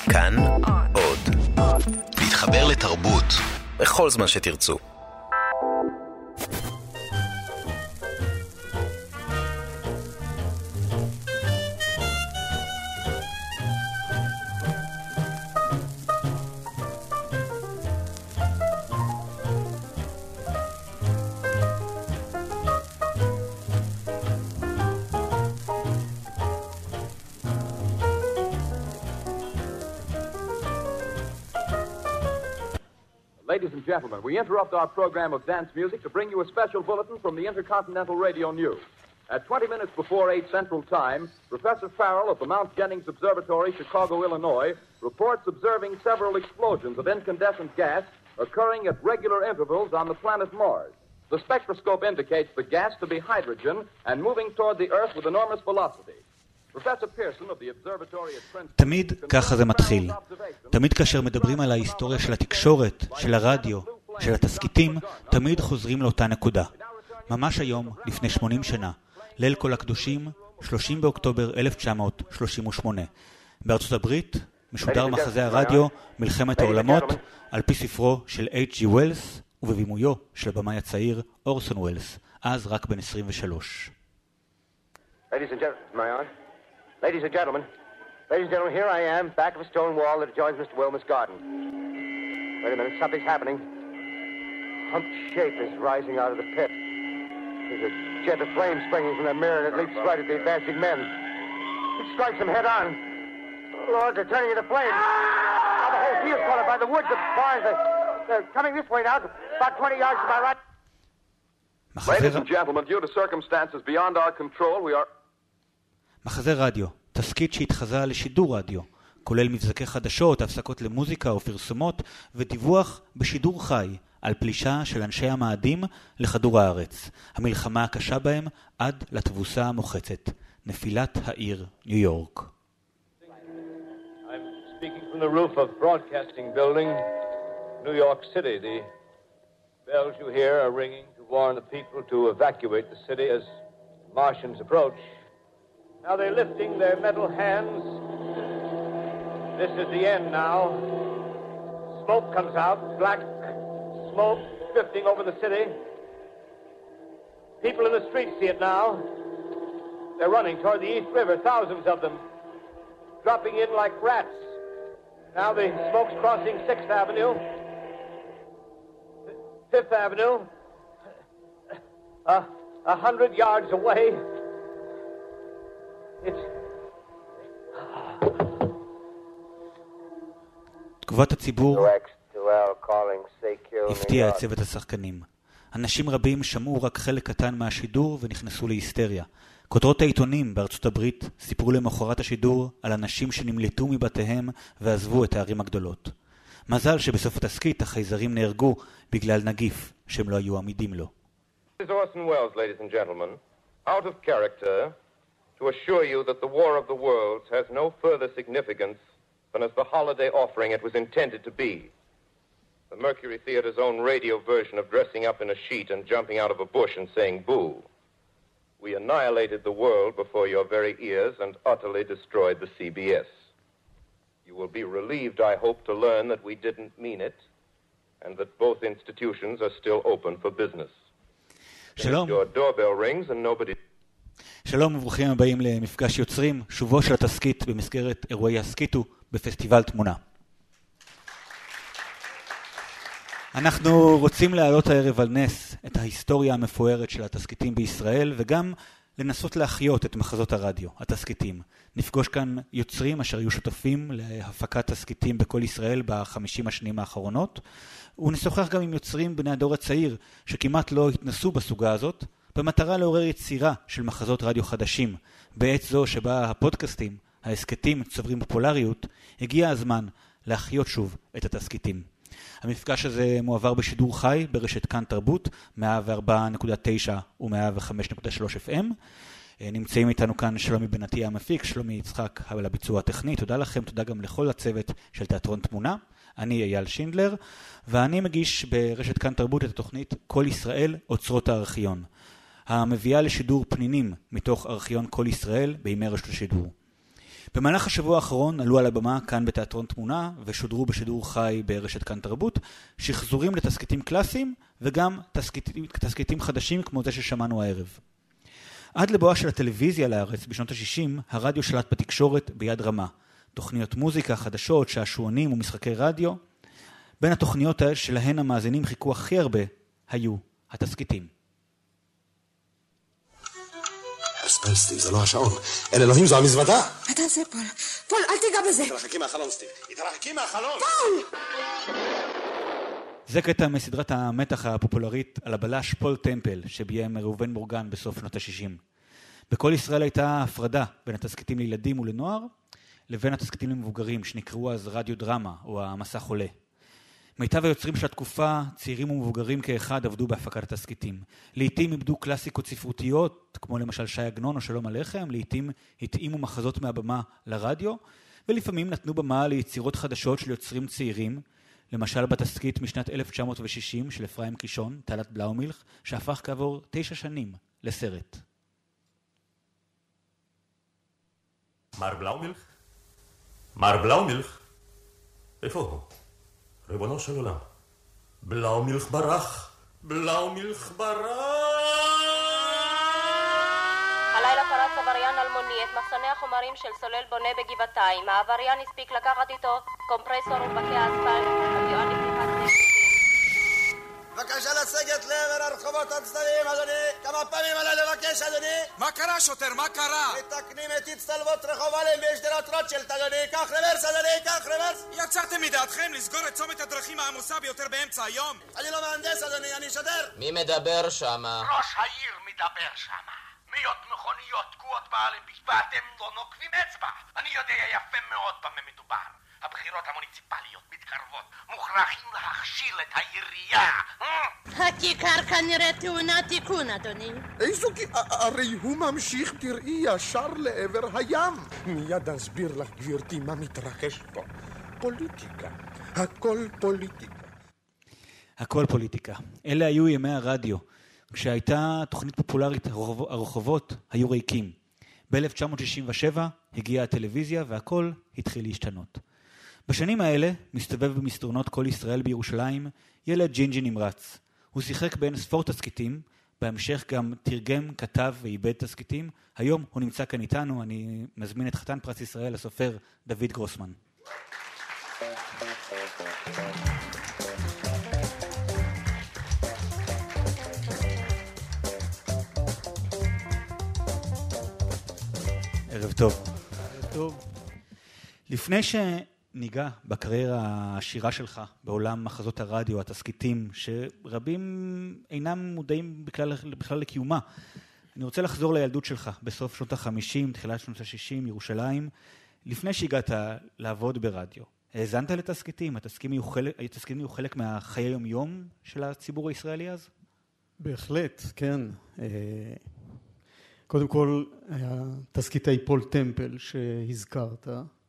כאן עוד. להתחבר לתרבות בכל זמן שתרצו. Ladies and gentlemen, we interrupt our program of dance music to bring you a special bulletin from the Intercontinental Radio News. At 20 minutes before 8 Central Time, Professor Farrell of the Mount Jennings Observatory, Chicago, Illinois, reports observing several explosions of incandescent gas occurring at regular intervals on the planet Mars. The spectroscope indicates the gas to be hydrogen and moving toward the Earth with enormous velocity. תמיד ככה זה מתחיל. תמיד כאשר מדברים על ההיסטוריה של התקשורת, של הרדיו, של התסקיטים, תמיד חוזרים לאותה נקודה. ממש היום, לפני 80 שנה, ליל כל הקדושים, 30 באוקטובר 1938. בארצות הברית משודר מחזה הרדיו מלחמת העולמות על פי ספרו של H.G. Wells ובבימויו של הבמאי הצעיר אורסון וולס, אז רק בן 23. Ladies and gentlemen, here I am, back of a stone wall that adjoins Mr. Wilmer's garden. Wait a minute, something's happening. Humped shape is rising out of the pit. There's a jet of flame springing from the mirror and it leaps right at the advancing men. It strikes them head on. Lord, they're turning into flames. Now the whole field's caught up by the woods, the barns. They're coming this way now, about 20 yards to my right. Ladies and gentlemen, due to circumstances beyond our control, we are... מחזה רדיו, תסקית שהתחזה לשידור רדיו, כולל מבזקי חדשות, הפסקות למוזיקה או פרסומות, ודיווח בשידור חי על פלישה של אנשי המאדים לכדור הארץ. המלחמה הקשה בהם עד לתבוסה המוחצת, נפילת העיר ניו יורק. I'm speaking from the roof of Broadcasting Building, New York City. The bells you hear are ringing to warn the people to evacuate the city as Martians approach. Now they're lifting their metal hands. This is the end now. Smoke comes out, black smoke drifting over the city. People in the streets see it now. They're running toward the East River, thousands of them, dropping in like rats. Now the smoke's crossing 6th Avenue, 5th Avenue, 100 yards away. תגובת הציבור הפתיעה את צוות השחקנים. אנשים רבים שמעו רק חלק קטן מהשידור ונכנסו להיסטריה. כותרות העיתונים בארצות הברית סיפרו למחרת השידור על אנשים שנמלטו מבתיהם ועזבו את הערים הגדולות. מזל שבסוף התסקית החייזרים נהרגו בגלל נגיף שהם לא היו עמידים לו. This is Orson Welles, ladies and gentlemen, out of character, to assure you that the War of the Worlds has no further significance than as the holiday offering it was intended to be. The Mercury Theater's own radio version of dressing up in a sheet and jumping out of a bush and saying boo. We annihilated the world before your very ears and utterly destroyed the CBS. You will be relieved, I hope, to learn that we didn't mean it and that both institutions are still open for business. Shalom. Your doorbell rings and nobody... שלום וברוכים הבאים למפגש יוצרים, שובו של התסקית במסגרת אירועי הסקיטו בפסטיבל תמונה. אנחנו רוצים להעלות הערב על נס את ההיסטוריה המפוארת של התסקיטים בישראל, וגם לנסות להחיות את מחזות הרדיו, התסקיטים. נפגוש כאן יוצרים אשר היו שותפים להפקת תסקיטים בכל ישראל ב50 השנים האחרונות, ונשוחח גם עם יוצרים בני הדור הצעיר שכמעט לא התנסו בסוגה הזאת, במטרה לעורר יצירה של מחזות רדיו חדשים. בעת זו שבה הפודקאסטים, ההסקטים צוברים פופולריות, הגיע הזמן להחיות שוב את התסקיטים. המפגש הזה מועבר בשידור חי ברשת כאן תרבות 104.9 ו-105.3 FM. נמצאים איתנו כאן שלומי בנתי המפיק, שלומי יצחק על הביצוע הטכני. תודה לכם, תודה גם לכל הצוות של תיאטרון תמונה. אני אייל שינדלר, ואני מגיש ברשת כאן תרבות את התוכנית כל ישראל אוצרות הארכיון, המביאה לשידור פנינים מתוך ארכיון כל ישראל בימי רשת השידור. במהלך השבוע האחרון עלו על הבמה כאן בתיאטרון תמונה ושודרו בשידור חי ברשת כאן תרבות, שחזורים לתסקיטים קלאסיים וגם תסקיטים חדשים כמו זה ששמענו הערב. עד לבואה של הטלוויזיה לארץ בשנות ה-60, הרדיו שלט בתקשורת ביד רמה. תוכניות מוזיקה, חדשות, שעשועונים ומשחקי רדיו. בין התוכניות שלהן המאזינים חיכו הכי הרבה היו התסקיטים. אספל, סטיב, זה לא השעון. אל אלוהים, זו המזוודה. מה תעשה, פול? פול, אל תיגע בזה. התרחקי מהחלון, סטיב. התרחקי מהחלון. פול! זה קטע מסדרת המתח הפופולרית על הבלש פול טמפל, שביים ראובן מורגן בסוף שנות ה-60. בכל ישראל הייתה הפרדה בין התסקיטים לילדים ולנוער, לבין התסקיטים למבוגרים, שנקראו אז רדיו דרמה, או המסע חולה. מיטב היוצרים של התקופה, צעירים ומבוגרים כאחד, עבדו בהפקת התסקיטים. לעתים איבדו קלאסיקות ספרותיות, כמו למשל שי עגנון או שלום הלחם, לעתים התאימו מחזות מהבמה לרדיו, ולפעמים נתנו במה ליצירות חדשות של יוצרים צעירים, למשל בתסקית משנת 1960 של אפרים קישון, תעלת בלאומילך, שהפך כעבור 9 שנים לסרט. מר בלאומילך? מר בלאומילך? איפה הוא? ריבונו של עולם. בלאומילך ברח. בלאומילך ברח. הלילה פרץ עבריין אלמוני את מחסני החומרים של סולל בונה בגבעתיים. העבריין הספיק לקחת איתו קומפרסור ובקי האספלט המיועד לפתיחת נשקים. בבקשה לסגת לעבר הרחובות הצדדיים, אדוני. כמה פעמים עלה לבקש, אדוני? מה קרה, שוטר? מה קרה? מתקנים את הצטלבות רחוב אלם בשדרות רוטשילד, אדוני. קח רוורס, אדוני, קח רוורס. יצרתם מדעתכם לסגור את צומת הדרכים העמוסה ביותר באמצע היום? אני לא מהנדס, אדוני, אני שוטר. מי מדבר שמה? ראש העיר מדבר שמה. מאות מכוניות תקועות באלנבי, ואתם לא נוקבים אצבע. אני יודע יפה מאוד במה מדובר. הבחירות המוניציפליות מתקרבות. מוכרחים להכשיל את העירייה. הכיכר כנראה טעונה תיקון, אדוני. איזו הרי הוא ממשיך, תראי, ישר לעבר הים. מיד אסביר לך, גברתי, מה מתרחש פה. פוליטיקה. הכל פוליטיקה. הכל פוליטיקה. אלה היו ימי הרדיו. כשהייתה תוכנית פופולרית, הרחובות היו ריקים. ב-1967 הגיעה הטלוויזיה והכל התחיל להשתנות. בשנים האלה מסתובב במסדרונות כל ישראל בירושלים ילד ג'ינג'י נמרץ. הוא שיחק בין ספור תסקיטים, בהמשך גם תרגם, כתב ואיבד תסקיטים. היום הוא נמצא כאן איתנו, אני מזמין את חתן פרס ישראל, הסופר דוד גרוסמן. ערב טוב. ערב טוב. לפני שניגע בקריירה העשירה שלך בעולם מחזות הרדיו, התסקיטים, שרבים אינם מודעים בכלל לקיומה, אני רוצה לחזור לילדות שלך בסוף שנות ה-50, תחילת שנות ה-60, ירושלים, לפני שהגעת לעבוד ברדיו. האזנת לתסקיטים? התסקיטים היו חלק מהחיי היום-יום של הציבור הישראלי אז? בהחלט, כן. קודם כל, תסקיטי פול טמפל שהזכרת,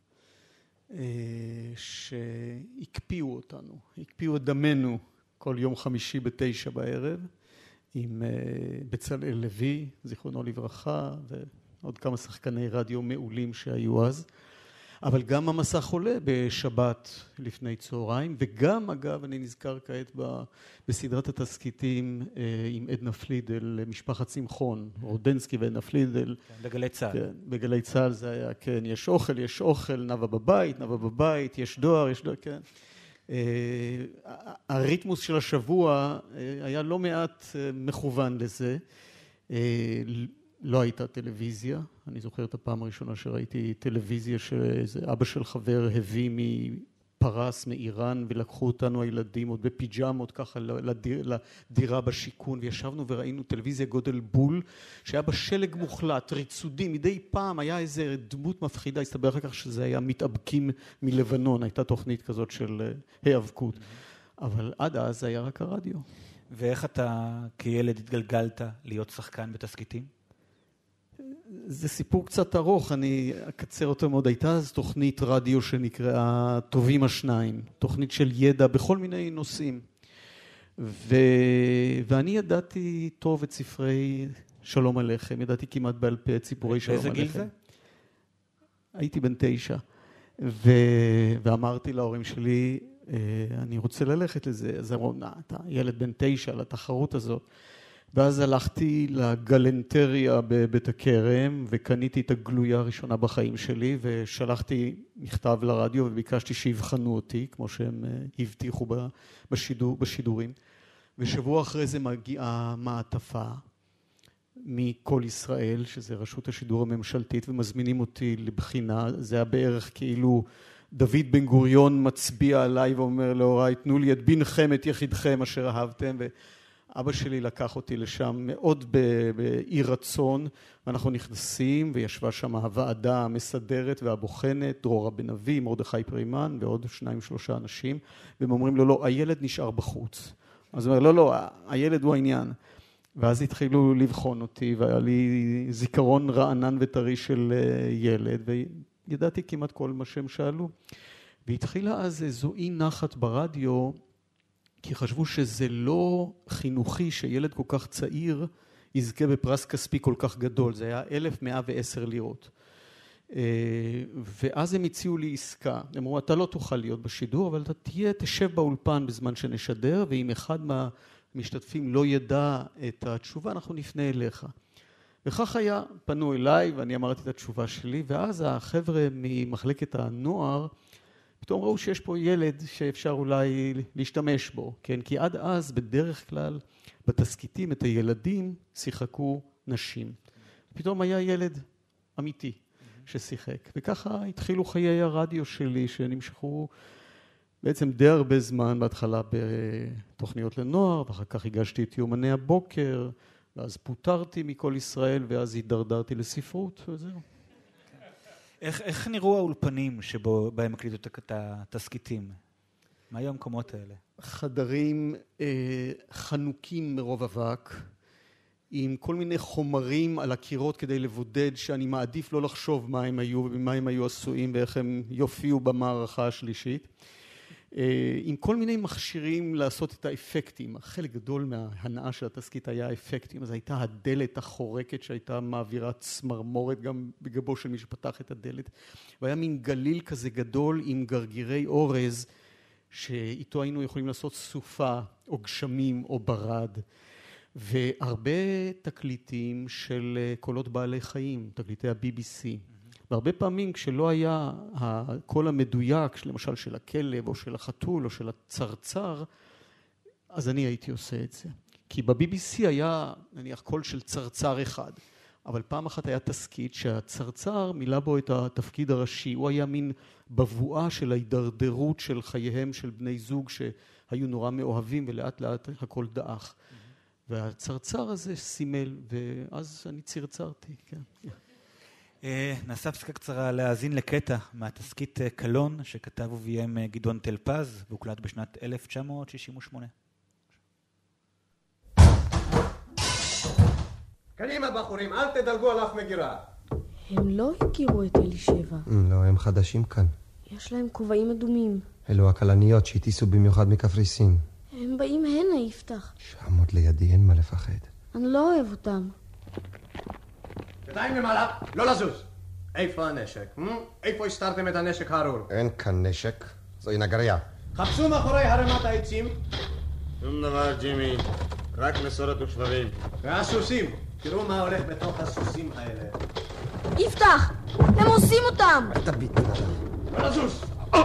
שהקפיאו אותנו, הקפיאו את דמנו כל יום חמישי 9 בערב, עם בצלאל לוי, זיכרונו לברכה, ועוד כמה שחקני רדיו מעולים שהיו אז. אבל גם המסע חולה בשבת לפני צהריים, וגם אגב אני נזכר כעת בסדרת התסקיטים עם עדנה פלידל, משפחת שמחון, רודנסקי ועדנה פלידל. בגלי צהל. כן, בגלי צהל זה היה, כן, יש אוכל, נווה בבית, יש דואר, כן. הריתמוס של השבוע היה לא מעט מכוון לזה. לא הייתה טלוויזיה, אני זוכר את הפעם הראשונה שראיתי טלוויזיה שאיזה אבא של חבר הביא מפרס מאיראן ולקחו אותנו הילדים עוד בפיג'מות ככה לדירה בשיכון וישבנו וראינו טלוויזיה גודל בול שהיה בשלג מוחלט, ריצודים, מדי פעם היה איזה דמות מפחידה, הסתבר אחר כך שזה היה מתאבקים מלבנון, הייתה תוכנית כזאת של היאבקות, אבל עד אז זה היה רק הרדיו. ואיך אתה כילד התגלגלת להיות שחקן בתסקיטים? זה סיפור קצת ארוך, אני אקצר אותו מאוד. הייתה אז תוכנית רדיו שנקראה טובים השניים, תוכנית של ידע בכל מיני נושאים. ואני ידעתי טוב את ספרי שלום הלחם, ידעתי כמעט בעל פה את סיפורי שלום הלחם. באיזה גיל זה? הייתי בן 9, ואמרתי להורים שלי, אני רוצה ללכת לזה. אז אמרו, אתה ילד בן 9 לתחרות הזאת. ואז הלכתי לגלנטריה בבית הכרם, וקניתי את הגלויה הראשונה בחיים שלי, ושלחתי מכתב לרדיו, וביקשתי שיבחנו אותי, כמו שהם הבטיחו בשידורים. ושבוע אחרי זה מגיעה מעטפה מכל ישראל, שזה רשות השידור הממשלתית, ומזמינים אותי לבחינה. זה היה בערך כאילו דוד בן גוריון מצביע עליי ואומר להוריי, תנו לי את בנכם, את יחידכם אשר אהבתם, ואבא שלי לקח אותי לשם מאוד באי רצון, ואנחנו נכנסים, וישבה שם הוועדה המסדרת והבוחנת, דרורה בן אבי, מרדכי פרימן, ועוד 2-3 אנשים, והם אומרים לו, לא, הילד נשאר בחוץ. אז הוא אומר, לא, הילד הוא העניין. ואז התחילו לבחון אותי, והיה לי זיכרון רענן וטרי של ילד, וידעתי כמעט כל מה שהם שאלו. והתחילה אז איזו אי נחת ברדיו, כי חשבו שזה לא חינוכי שילד כל כך צעיר יזכה בפרס כספי כל כך גדול. זה היה 1,110 לירות. ואז הם הציעו לי עסקה. הם אמרו, אתה לא תוכל להיות בשידור, אבל אתה תשב באולפן בזמן שנשדר, ואם אחד מהמשתתפים לא ידע את התשובה, אנחנו נפנה אליך. וכך היה, פנו אליי, ואני אמרתי את התשובה שלי, ואז החבר'ה ממחלקת הנוער, פתאום ראו שיש פה ילד שאפשר אולי להשתמש בו, כן? כי עד אז בדרך כלל בתסקיטים את הילדים שיחקו נשים. פתאום היה ילד אמיתי ששיחק. וככה התחילו חיי הרדיו שלי שנמשכו בעצם די הרבה זמן, בהתחלה בתוכניות לנוער, ואחר כך הגשתי את יומני הבוקר, ואז פוטרתי מכל ישראל, ואז הידרדרתי לספרות, וזהו. איך נראו האולפנים שבהם הקליטו את התסקיטים? מה היו המקומות האלה? חדרים חנוקים מרוב אבק, עם כל מיני חומרים על הקירות כדי לבודד שאני מעדיף לא לחשוב מה הם היו ובמה הם היו עשויים ואיך הם יופיעו במערכה השלישית. עם כל מיני מכשירים לעשות את האפקטים. חלק גדול מההנאה של התסקית היה אפקטים, אז הייתה הדלת החורקת שהייתה מעבירה צמרמורת גם בגבו של מי שפתח את הדלת. והיה מין גליל כזה גדול עם גרגירי אורז, שאיתו היינו יכולים לעשות סופה או גשמים או ברד. והרבה תקליטים של קולות בעלי חיים, תקליטי ה-BBC. והרבה פעמים כשלא היה הקול המדויק, למשל של הכלב או של החתול או של הצרצר, אז אני הייתי עושה את זה. כי ב-BBC היה נניח קול של צרצר אחד, אבל פעם אחת היה תסקית שהצרצר מילא בו את התפקיד הראשי, הוא היה מין בבואה של ההידרדרות של חייהם של בני זוג שהיו נורא מאוהבים ולאט לאט הכל דאח. והצרצר הזה סימל, ואז אני צרצרתי, כן. נעשה הפסקה קצרה להאזין לקטע מהתסקית קלון שכתב וביים גדעון תל-פז והוקלט בשנת 1968. קדימה בחורים, אל תדלגו על אף מגירה. הם לא הכירו את אלישבע. לא, הם חדשים כאן. יש להם כובעים אדומים. אלו הכלניות שהטיסו במיוחד מקפריסין. הם באים הנה, יפתח. שם עוד לידי, אין מה לפחד. אני לא אוהב אותם. ידיים למעלה, לא לזוז. איפה הנשק? איפה הסתרתם את הנשק הארור? אין כאן נשק, זוהי נגריה. חפשו מאחורי הרמת העצים. שום דבר, ג'ימי, רק מסורת ושבבים. והסוסים, תראו מה הולך בתוך הסוסים האלה. יפתח, הם עושים אותם. תביט בנדם. לא לזוז.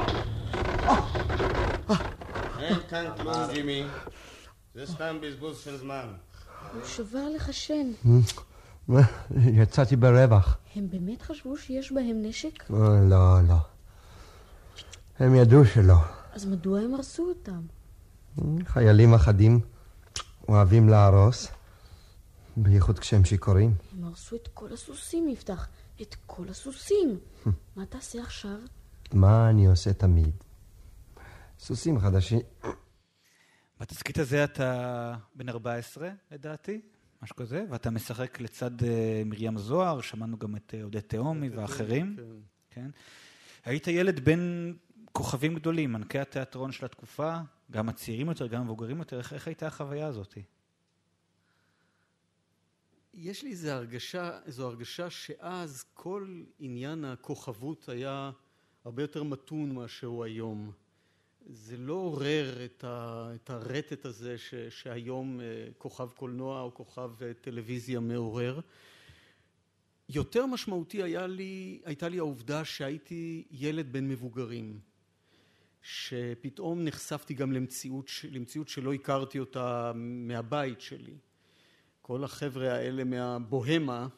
אין כאן כלום, ג'ימי. זה סתם בזבוז של זמן. הוא שבר לך שן. יצאתי ברווח. הם באמת חשבו שיש בהם נשק? לא, לא. הם ידעו שלא. אז מדוע הם הרסו אותם? חיילים אחדים אוהבים להרוס, בייחוד כשהם שיכורים. הם הרסו את כל הסוסים, יפתח. את כל הסוסים. מה תעשה עכשיו? מה אני עושה תמיד? סוסים חדשים. בתסקית הזה אתה בן 14, לדעתי, משהו כזה, ואתה משחק לצד מרים זוהר, שמענו גם את עודד תאומי ואחרים. כן. היית ילד בין כוכבים גדולים, מנקי התיאטרון של התקופה, גם הצעירים יותר, גם המבוגרים יותר. איך הייתה החוויה הזאת? יש לי איזו הרגשה שאז כל עניין הכוכבות היה הרבה יותר מתון מאשר הוא היום. זה לא עורר את הרטט הזה שהיום כוכב קולנוע או כוכב טלוויזיה מעורר. יותר משמעותי הייתה לי העובדה שהייתי ילד בן מבוגרים, שפתאום נחשפתי גם למציאות שלא הכרתי אותה מהבית שלי. כל החבר'ה האלה מהבוהמה,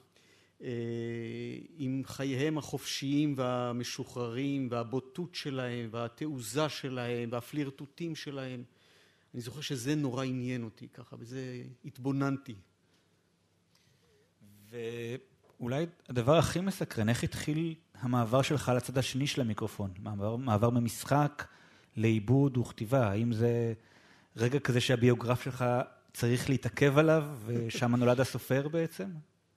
עם חייהם החופשיים והמשוחררים והבוטות שלהם והתעוזה שלהם והפלירטוטים שלהם. אני זוכר שזה נורא עניין אותי ככה, וזה התבוננתי. ואולי הדבר הכי מסקרן, איך התחיל המעבר שלך לצד השני של המיקרופון? מעבר ממשחק לעיבוד וכתיבה. האם זה רגע כזה שהביוגרף שלך צריך להתעכב עליו, ושם נולד הסופר בעצם?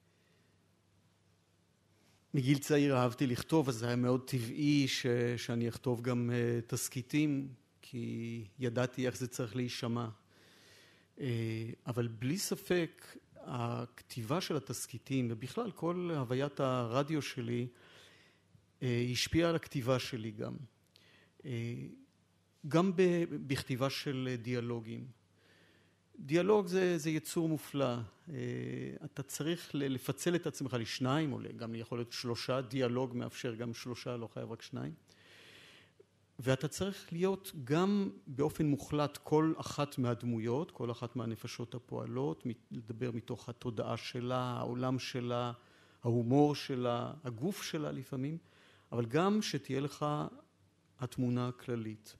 מגיל צעיר אהבתי לכתוב, אז זה היה מאוד טבעי שאני אכתוב גם תסקיטים, כי ידעתי איך זה צריך להישמע. אבל בלי ספק, הכתיבה של התסקיטים, ובכלל כל הוויית הרדיו שלי, השפיעה על הכתיבה שלי גם. גם בכתיבה של דיאלוגים. דיאלוג זה יצור מופלא. אתה צריך לפצל את עצמך לשניים, או גם יכול להיות 3, דיאלוג מאפשר גם 3, לא חייב רק 2. ואתה צריך להיות גם באופן מוחלט כל אחת מהדמויות, כל אחת מהנפשות הפועלות, לדבר מתוך התודעה שלה, העולם שלה, ההומור שלה, הגוף שלה לפעמים, אבל גם שתהיה לך התמונה הכללית.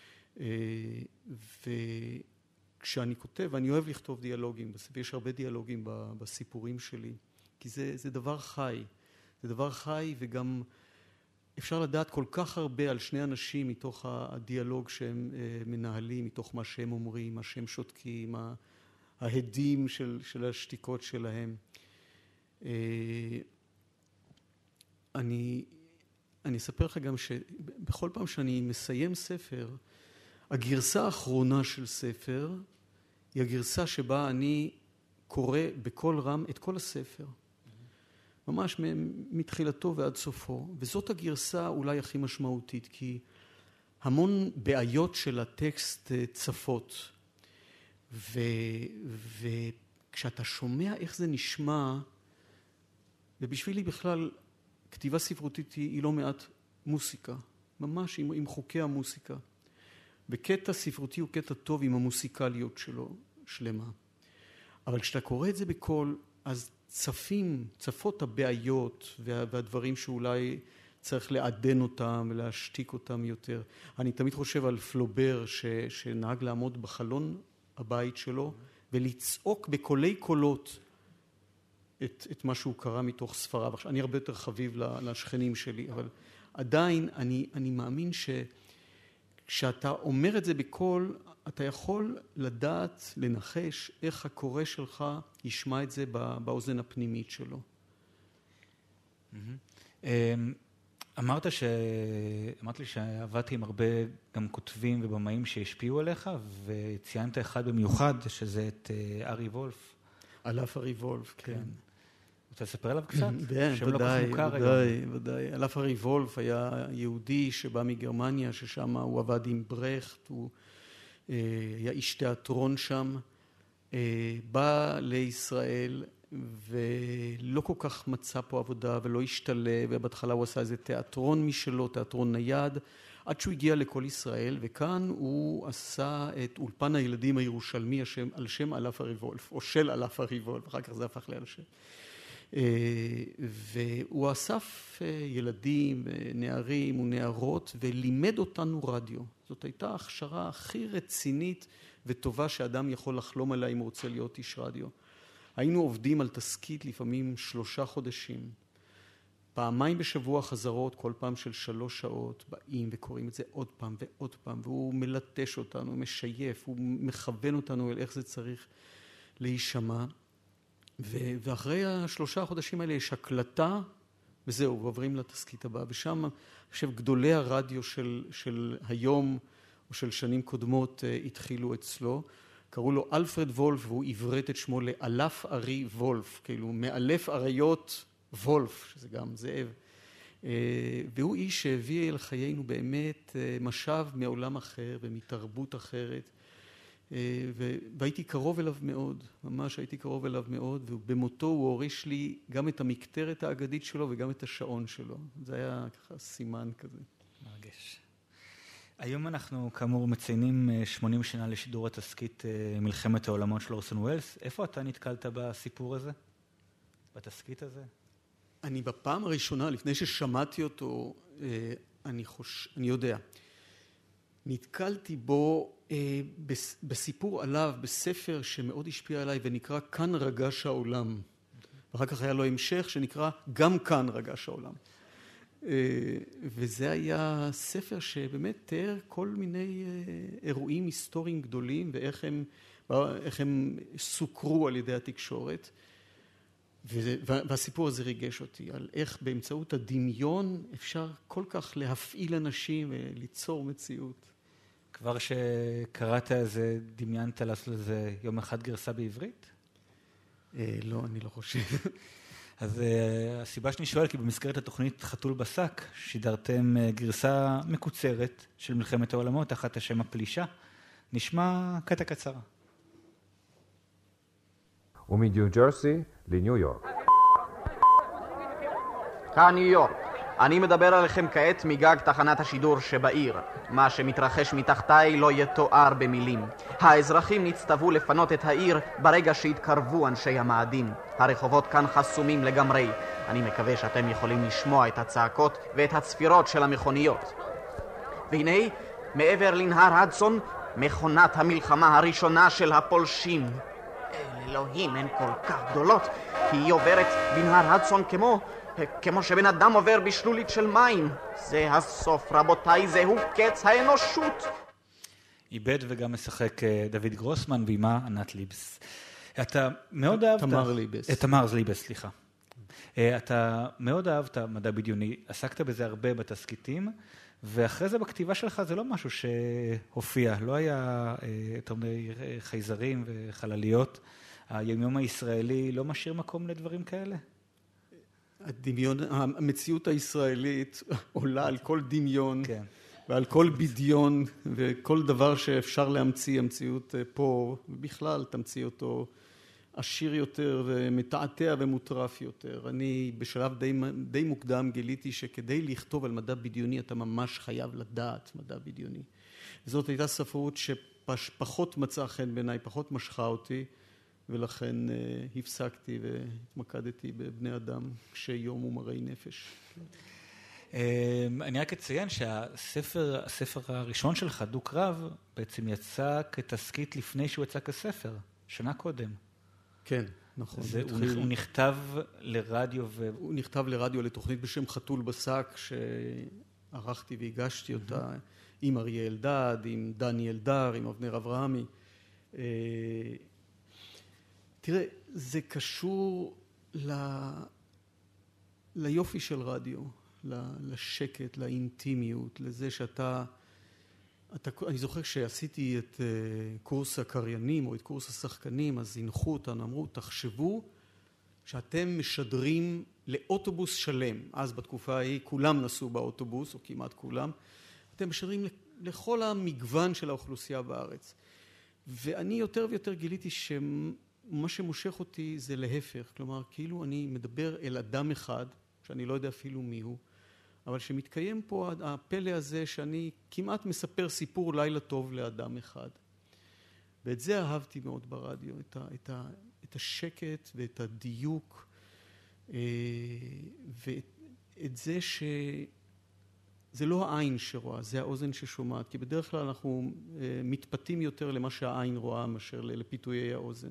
וכשאני כותב, אני אוהב לכתוב דיאלוגים, ויש הרבה דיאלוגים בסיפורים שלי, כי זה דבר חי. זה דבר חי, וגם אפשר לדעת כל כך הרבה על שני אנשים מתוך הדיאלוג שהם מנהלים, מתוך מה שהם אומרים, מה שהם שותקים, ההדים של השתיקות שלהם. אני אספר לך גם שבכל פעם שאני מסיים ספר, הגרסה האחרונה של ספר היא הגרסה שבה אני קורא בקול רם את כל הספר. ממש מתחילתו ועד סופו. וזאת הגרסה אולי הכי משמעותית, כי המון בעיות של הטקסט צפות. וכשאתה שומע איך זה נשמע, ובשבילי בכלל כתיבה ספרותית היא לא מעט מוסיקה, ממש עם חוקי המוסיקה. וקטע ספרותי הוא קטע טוב עם המוסיקליות שלו שלמה. אבל כשאתה קורא את זה בקול, אז צפות הבעיות והדברים שאולי צריך לעדן אותם ולהשתיק אותם יותר. אני תמיד חושב על פלובר שנהג לעמוד בחלון הבית שלו ולצעוק בקולי קולות את מה שהוא קרא מתוך ספריו. אני הרבה יותר חביב לשכנים שלי, אבל עדיין אני מאמין כשאתה אומר את זה בקול, אתה יכול לדעת, לנחש, איך הקורא שלך ישמע את זה באוזן הפנימית שלו. אמרת לי שעבדתי עם הרבה גם כותבים ובמאים שהשפיעו עליך, וציינת אחד במיוחד, שזה את ארי וולף. אלף ארי וולף, כן. רוצה לספר עליו קצת? ודאי. אלף ארי וולף היה יהודי שבא מגרמניה, ששם הוא עבד עם ברכט, הוא היה איש תיאטרון שם, בא לישראל ולא כל כך מצא פה עבודה ולא השתלב, ובהתחלה הוא עשה איזה תיאטרון משלו, תיאטרון נייד, עד שהוא הגיע לכל ישראל, וכאן הוא עשה את אולפן הילדים הירושלמי על שם אלף ארי וולף, או של אלף ארי וולף, אחר כך זה הפך לי על שם. והוא אסף ילדים, נערים ונערות, ולימד אותנו רדיו. זאת הייתה ההכשרה הכי רצינית וטובה שאדם יכול לחלום עליה אם הוא רוצה להיות איש רדיו. היינו עובדים על תסקית לפעמים 3 חודשים. פעמיים בשבוע חזרות, כל פעם של 3 שעות, באים וקוראים את זה עוד פעם ועוד פעם, והוא מלטש אותנו, הוא משייף, הוא מכוון אותנו אל איך זה צריך להישמע. ואחרי 3 חודשים האלה יש הקלטה, וזהו, ועוברים לתסקית הבאה. ושם, אני חושב, גדולי הרדיו של היום, או של שנים קודמות, התחילו אצלו. קראו לו אלפרד וולף, והוא עברת את שמו לאלף ארי וולף, כאילו מאלף אריות וולף, שזה גם זאב. והוא איש שהביא אל חיינו באמת משאב מעולם אחר ומתרבות אחרת, והייתי קרוב אליו מאוד, ממש הייתי קרוב אליו מאוד, ובמותו הוא הוריש לי גם את המקטרת האגדית שלו וגם את השעון שלו. זה היה ככה סימן כזה. מרגש. היום אנחנו כאמור מציינים 80 שנה לשידור התסקית מלחמת העולמות של אורסון וולס. איפה אתה נתקלת בסיפור הזה? בתסקית הזה? אני בפעם הראשונה, לפני ששמעתי אותו, אני יודע, נתקלתי בו בסיפור עליו, בספר שמאוד השפיע עליי ונקרא כאן רגש העולם. ואחר כך היה לו המשך שנקרא גם כאן רגש העולם. וזה היה ספר שבאמת תיאר כל מיני אירועים היסטוריים גדולים ואיך הם סוקרו על ידי התקשורת. והסיפור הזה ריגש אותי, על איך באמצעות הדמיון אפשר כל כך להפעיל אנשים וליצור מציאות. כבר שקראת איזה, דמיינת לעשות לזה יום אחד גרסה בעברית? לא, אני לא חושב. אז הסיבה שאני שואל, כי במסגרת התוכנית חתול בשק, שידרתם גרסה מקוצרת של מלחמת העולמות, תחת השם הפלישה. נשמע קטע קצר. ומניו ג'רסי לניו יורק. כאן ניו יורק. אני מדבר עליכם כעת מגג תחנת השידור שבעיר. מה שמתרחש מתחתיי לא יתואר במילים. האזרחים נצטוו לפנות את העיר ברגע שהתקרבו אנשי המאדים. הרחובות כאן חסומים לגמרי. אני מקווה שאתם יכולים לשמוע את הצעקות ואת הצפירות של המכוניות. והנה, מעבר לנהר הדסון, מכונת המלחמה הראשונה של הפולשים. אלוהים, הן כל כך גדולות. היא עוברת בנהר הדסון כמו שבן אדם עובר בשלולית של מים. זה הסוף, רבותיי, זהו קץ האנושות. איבד וגם משחק דוד גרוסמן ואימה ענת ליבס. אתה מאוד אהבת... תמר ליבס, סליחה. אתה מאוד אהבת מדע בדיוני, עסקת בזה הרבה בתסקיטים, ואחרי זה בכתיבה שלך זה לא משהו שהופיע, לא היה יותר מדי חייזרים וחלליות. היומיום הישראלי לא משאיר מקום לדברים כאלה? המציאות הישראלית עולה על כל דמיון ועל כל בדיון וכל דבר שאפשר להמציא. המציאות פה ובכלל תמציא אותו עשיר יותר ומתעתע ומוטרף יותר. אני בשלב די מוקדם גיליתי שכדי לכתוב על מדע בדיוני אתה ממש חייב לדעת מדע בדיוני. וזאת הייתה ספרות שפחות מצאה חן בעיניי, פחות משכה אותי, ולכן הפסקתי והתמקדתי בבני אדם קשי יום ומראי נפש. אני רק אציין שהספר הראשון שלך, דו קרב, בעצם יצא כתסקית לפני שהוא יצא כספר, שנה קודם. כן, נכון. הוא נכתב לרדיו הוא נכתב לרדיו לתוכנית בשם חתול בשק, שערכתי והגשתי אותה עם אריה אלדד, עם דני אלדר, עם אבנר אברהמי. תראה, זה קשור ליופי של רדיו, לשקט, לאינטימיות, לזה שאתה... אני זוכר שעשיתי את קורס הקריינים או את קורס השחקנים, אז הנחו אותנו, אמרו, תחשבו שאתם משדרים לאוטובוס שלם. אז בתקופה ההיא כולם נסעו באוטובוס, או כמעט כולם. אתם משדרים לכל המגוון של האוכלוסייה בארץ. ואני יותר ויותר גיליתי מה שמושך אותי זה להפך, כלומר, כאילו אני מדבר אל אדם אחד, שאני לא יודע אפילו מיהו, אבל שמתקיים פה הפלא הזה שאני כמעט מספר סיפור לילה טוב לאדם אחד. ואת זה אהבתי מאוד ברדיו, את השקט ואת הדיוק, ואת זה זה לא העין שרואה, זה האוזן ששומעת, כי בדרך כלל אנחנו מתפתים יותר למה שהעין רואה מאשר לפיתויי האוזן.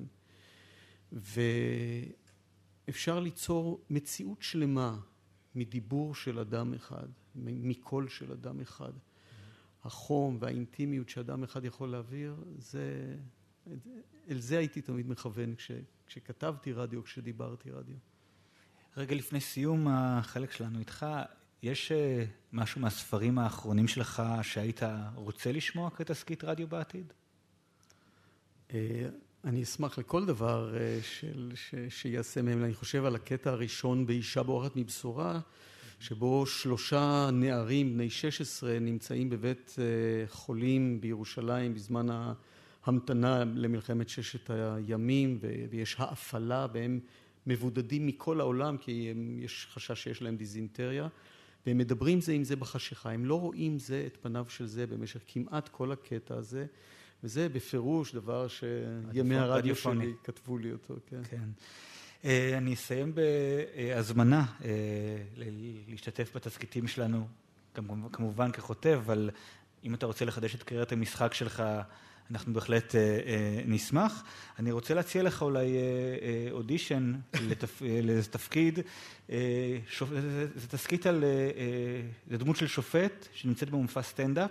ואפשר ליצור מציאות שלמה מדיבור של אדם אחד, מקול של אדם אחד. החום והאינטימיות שאדם אחד יכול להעביר, אל זה הייתי תמיד מכוון כשכתבתי רדיו, כשדיברתי רדיו. רגע לפני סיום החלק שלנו איתך, יש משהו מהספרים האחרונים שלך שהיית רוצה לשמוע כתסקית רדיו בעתיד? אני אשמח לכל דבר שיעשה מהם. אני חושב על הקטע הראשון באישה בורחת מבשורה, שבו 3 נערים בני 16 נמצאים בבית חולים בירושלים בזמן ההמתנה למלחמת 6 הימים, ויש האפלה והם מבודדים מכל העולם כי יש חשש שיש להם דיזינטריה, והם מדברים זה עם זה בחשיכה. הם לא רואים זה את פניו של זה במשך כמעט כל הקטע הזה, וזה בפירוש דבר שימי הרדיו שלי כתבו לי אותו. כן. אני אסיים בהזמנה להשתתף בתסקיטים שלנו, כמובן ככותב, אבל אם אתה רוצה לחדש את קריירת המשחק שלך, אנחנו בהחלט נשמח. אני רוצה להציע לך אולי אודישן לתפקיד. זה תסקית על דמות של שופט שנמצאת במופע סטנדאפ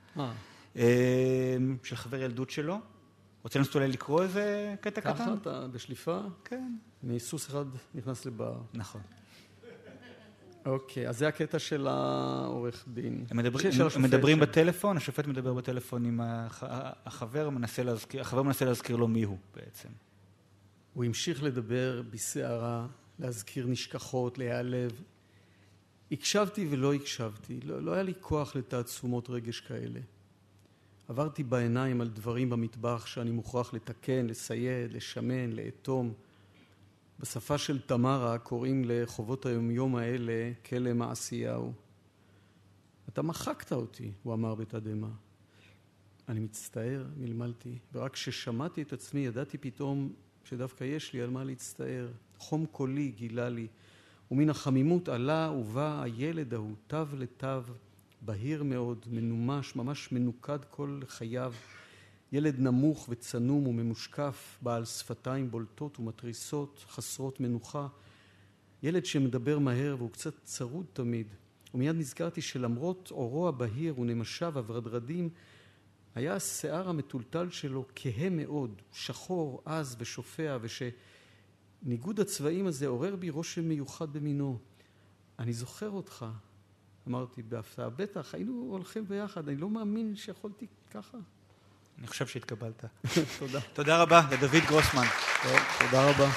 של חבר ילדות שלו. רוצה לנסות אולי לקרוא איזה קטע קטן? ככה אתה בשליפה? כן. מסוס אחד נכנס לבר. נכון. אוקיי, אז זה הקטע של העורך דין. הם מדברים בטלפון, השופט מדבר בטלפון עם החבר, החבר מנסה להזכיר לו מי הוא בעצם. הוא המשיך לדבר בסערה, להזכיר נשכחות, להיעלב. הקשבתי ולא הקשבתי, לא היה לי כוח לתעצומות רגש כאלה. עברתי בעיניים על דברים במטבח שאני מוכרח לתקן, לסייד, לשמן, לאטום. בשפה של תמרה קוראים לחובות היומיום האלה כלא מעשיהו. אתה מחקת אותי, הוא אמר בתדהמה. אני מצטער, מלמלתי, ורק כששמעתי את עצמי ידעתי פתאום שדווקא יש לי על מה להצטער. חום קולי גילה לי, ומן החמימות עלה ובא הילד ההוא תו לתו, בהיר מאוד, מנומש, ממש מנוקד כל חייו. ילד נמוך וצנום וממושקף, בעל שפתיים בולטות ומתריסות, חסרות מנוחה. ילד שמדבר מהר והוא קצת צרוד תמיד. ומיד נזכרתי שלמרות אורו הבהיר ונמשיו הוורדרדים, היה השיער המטולטל שלו כהה מאוד, שחור, עז ושופע, ושניגוד הצבעים הזה עורר בי רושם מיוחד במינו. אני זוכר אותך, אמרתי בהפתעה, בטח, היינו הולכים ביחד, אני לא מאמין שיכולתי ככה. אני חושב שהתקבלת. תודה. תודה רבה לדוד גרוסמן. תודה רבה.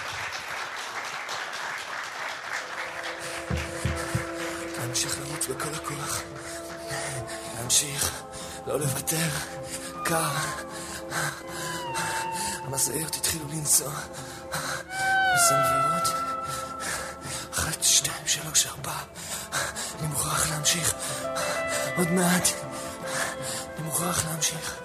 להמשיך לרוץ בכל הכוח. להמשיך, לא לוותר. קר. המשאיות התחילו לנסוע. מסנוורות. 1, 2, 3, 4. אני מוכרח להמשיך. עוד מעט. אני מוכרח להמשיך.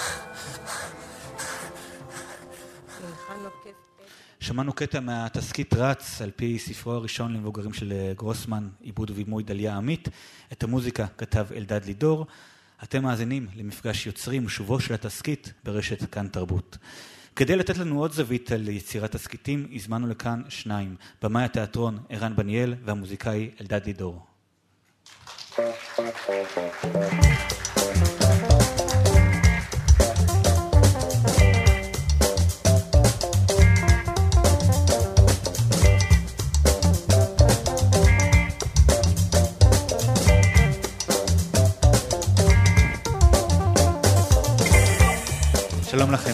שמענו קטע מהתסקית רץ על פי ספרו הראשון למבוגרים של גרוסמן, עיבוד ובימוי דליה עמית. את המוזיקה כתב אלדד לידור. אתם מאזינים למפגש יוצרים ושובו של התסקית ברשת כאן תרבות. כדי לתת לנו עוד זווית על יצירת תסקיטים, הזמנו לכאן 2, במאי התיאטרון ערן בניאל והמוזיקאי אלדד לידור. שלום לכם.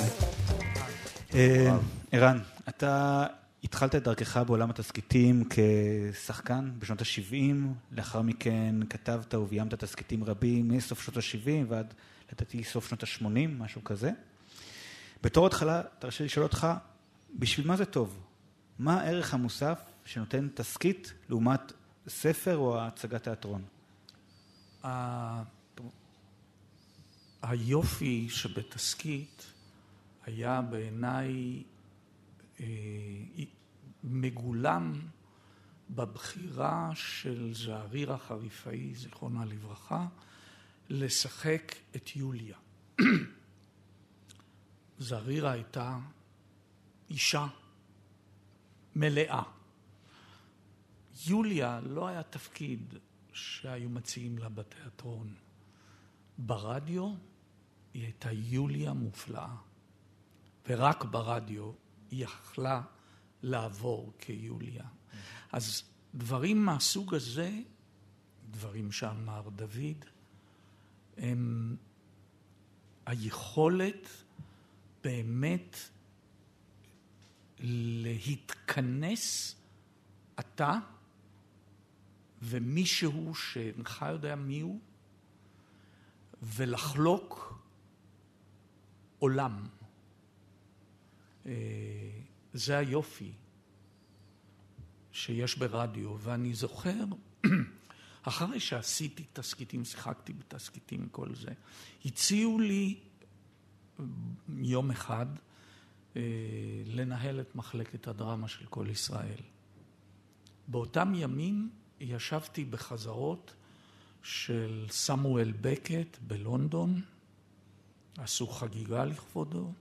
ערן, אתה התחלת את דרכך בעולם התסקיטים כשחקן בשנות ה-70, לאחר מכן כתבת וביימת תסקיטים רבים מסוף שנות ה-70 ועד לדעתי סוף שנות ה-80, משהו כזה. בתור התחלה, תרשה לשאול אותך, בשביל מה זה טוב? מה הערך המוסף שנותן תסקית לעומת ספר או הצגת תיאטרון? היופי שבתסקית היה בעיניי מגולם בבחירה של זעריר החריפאי, זיכרונה לברכה, לשחק את יוליה. זערירה הייתה אישה מלאה. יוליה לא היה תפקיד שהיו מציעים לה בתיאטרון. ברדיו היא הייתה יוליה מופלאה, ורק ברדיו היא יכלה לעבור כיוליה. אז דברים מהסוג הזה, דברים שאמר דוד, הם היכולת באמת להתכנס אתה ומישהו שאינך יודע מי הוא, ולחלוק עולם. זה היופי שיש ברדיו, ואני זוכר, אחרי שעשיתי תסקיטים, שיחקתי בתסקיטים, כל זה, הציעו לי יום אחד לנהל את מחלקת הדרמה של כל ישראל. באותם ימים ישבתי בחזרות של סמואל בקט בלונדון, עשו חגיגה לכבודו,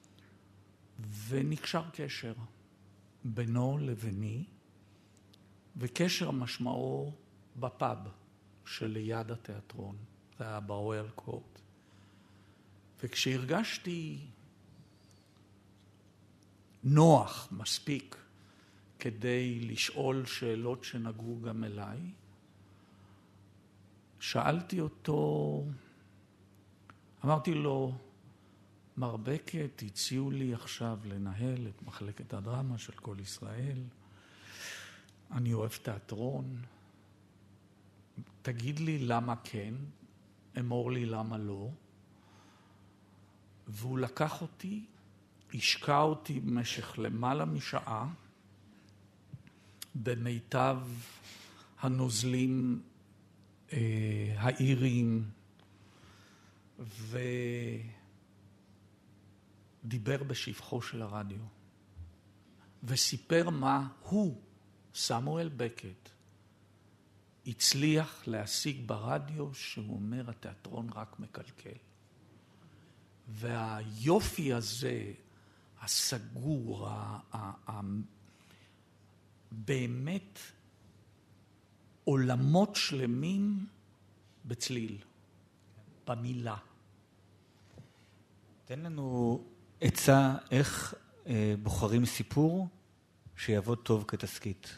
ונקשר קשר בינו לביני, וקשר משמעו בפאב שליד התיאטרון, זה היה באוהל קורט. וכשהרגשתי נוח מספיק כדי לשאול שאלות שנגעו גם אליי, שאלתי אותו, אמרתי לו, מר בקט, הציעו לי עכשיו לנהל את מחלקת הדרמה של כל ישראל, אני אוהב תיאטרון, תגיד לי למה כן, אמור לי למה לא, והוא לקח אותי, השקע אותי במשך למעלה משעה, במיטב הנוזלים האיריים, ודיבר בשבחו של הרדיו, וסיפר מה הוא, סמואל בקט, הצליח להשיג ברדיו, שהוא אומר, התיאטרון רק מקלקל. והיופי הזה, הסגור, באמת עולמות שלמים בצליל, במילה. תן לנו עצה איך בוחרים סיפור שיעבוד טוב כתסקית.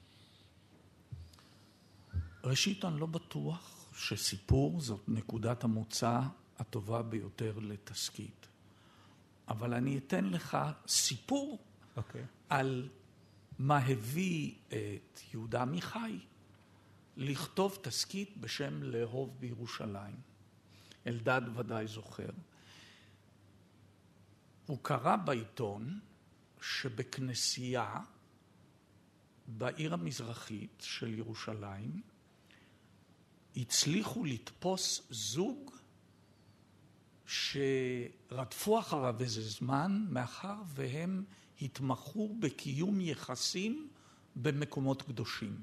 ראשית, אני לא בטוח שסיפור זאת נקודת המוצא הטובה ביותר לתסקית. אבל אני אתן לך סיפור על מה הביא את יהודה עמיחי לכתוב תסקית בשם לאהוב בירושלים. אלדד ודאי זוכר. הוא קרא בעיתון שבכנסייה בעיר המזרחית של ירושלים הצליחו לתפוס זוג שרדפו אחריו איזה זמן, מאחר והם התמחו בקיום יחסים במקומות קדושים.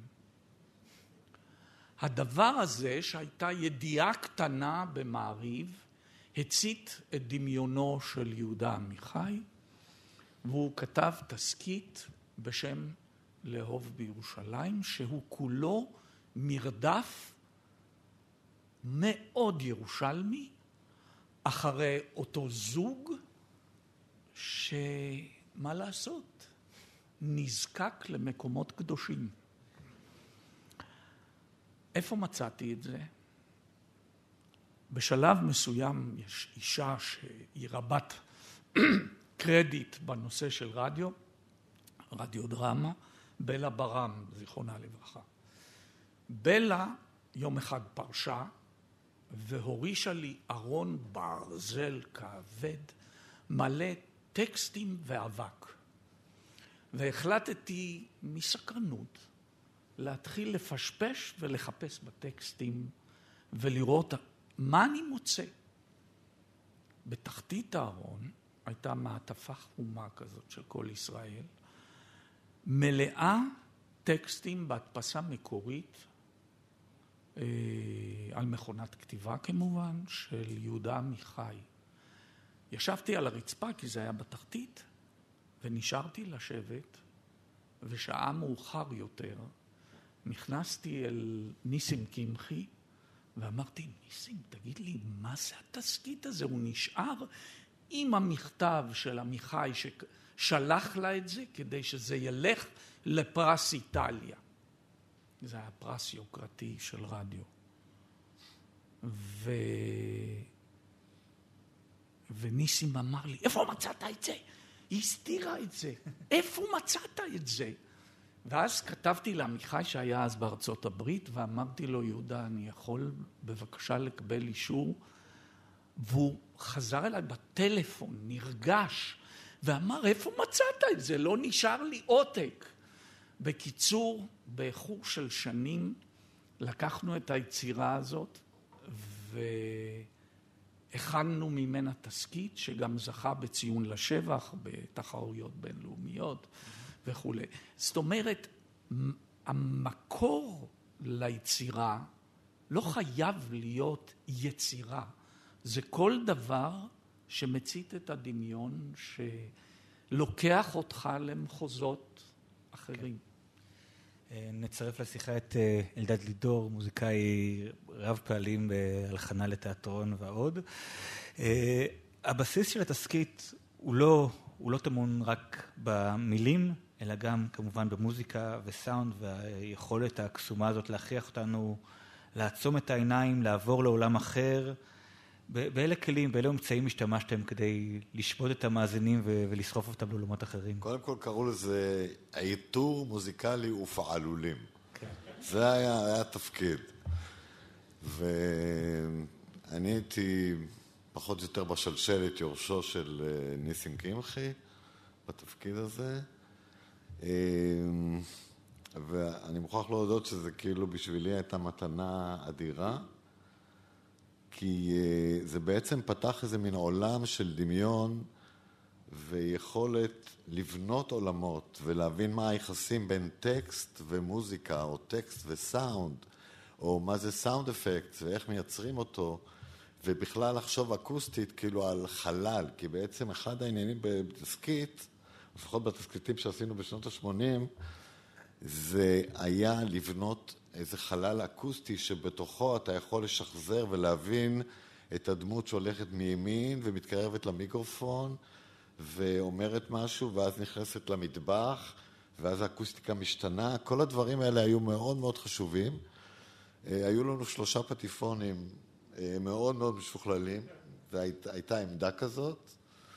הדבר הזה, שהייתה ידיעה קטנה במעריב, הצית את דמיונו של יהודה עמיחי, והוא כתב תסקית בשם לאהוב בירושלים, שהוא כולו מרדף מאוד ירושלמי, אחרי אותו זוג שמה לעשות? נזקק למקומות קדושים. איפה מצאתי את זה? בשלב מסוים יש אישה שהיא רבת קרדיט בנושא של רדיו דרמה, בלה ברם, זיכרונה לברכה. בלה יום אחד פרשה, והורישה לי ארון ברזל כבד, מלא טקסטים ואבק. והחלטתי מסקרנות להתחיל לפשפש ולחפש בטקסטים ולראות מה אני מוצא. בתחתית הארון הייתה מעטפה חומה כזאת של כל ישראל, מלאה טקסטים בהדפסה מקורית, על מכונת כתיבה כמובן, של יהודה עמיחי. ישבתי על הרצפה כי זה היה בתחתית, ונשארתי לשבת, ושעה מאוחר יותר, נכנסתי אל ניסים קמחי, ואמרתי, ניסים, תגיד לי, מה זה התסקית הזה? הוא נשאר עם המכתב של עמיחי ששלח לה את זה, כדי שזה ילך לפרס איטליה. זה היה פרס יוקרתי של רדיו. וניסים אמר לי, איפה מצאת את זה? היא הסתירה את זה. איפה מצאת את זה? ואז כתבתי לעמיחי שהיה אז בארצות הברית, ואמרתי לו, יהודה, אני יכול בבקשה לקבל אישור? והוא חזר אליי בטלפון, נרגש, ואמר, איפה מצאת את זה? לא נשאר לי עותק. בקיצור, באיחור של שנים, לקחנו את היצירה הזאת, והכנו ממנה תסקית, שגם זכה בציון לשבח, בתחרויות בינלאומיות וכו'. זאת אומרת, המקור ליצירה לא חייב להיות יצירה. זה כל דבר שמצית את הדמיון, שלוקח אותך למחוזות אחרים. נצרף לשיחה את אלדד לידור, מוזיקאי רב פעלים בהלחנה לתיאטרון ועוד. הבסיס של התסקית הוא לא טמון רק במילים, אלא גם כמובן במוזיקה וסאונד, והיכולת הקסומה הזאת להכריח אותנו לעצום את העיניים, לעבור לעולם אחר. באלה כלים, באלה אמצעים השתמשתם כדי לשפוט את המאזינים ולסחוף אותם לעולמות אחרים? קודם כל קראו לזה עיטור מוזיקלי ופעלולים. זה היה תפקיד. ואני הייתי פחות או יותר בשלשלת יורשו של ניסים קמחי בתפקיד הזה. ואני מוכרח להודות שזה כאילו בשבילי הייתה מתנה אדירה. כי זה בעצם פתח איזה מין עולם של דמיון ויכולת לבנות עולמות ולהבין מה היחסים בין טקסט ומוזיקה או טקסט וסאונד או מה זה סאונד אפקט ואיך מייצרים אותו ובכלל לחשוב אקוסטית כאילו על חלל, כי בעצם אחד העניינים בתסקית, לפחות בתסקיטים שעשינו בשנות ה-80, זה היה לבנות איזה חלל אקוסטי שבתוכו אתה יכול לשחזר ולהבין את הדמות שהולכת מימין ומתקרבת למיקרופון ואומרת משהו ואז נכנסת למטבח ואז האקוסטיקה משתנה. כל הדברים האלה היו מאוד מאוד חשובים. היו לנו 3 פטיפונים מאוד מאוד משוכללים והייתה עמדה כזאת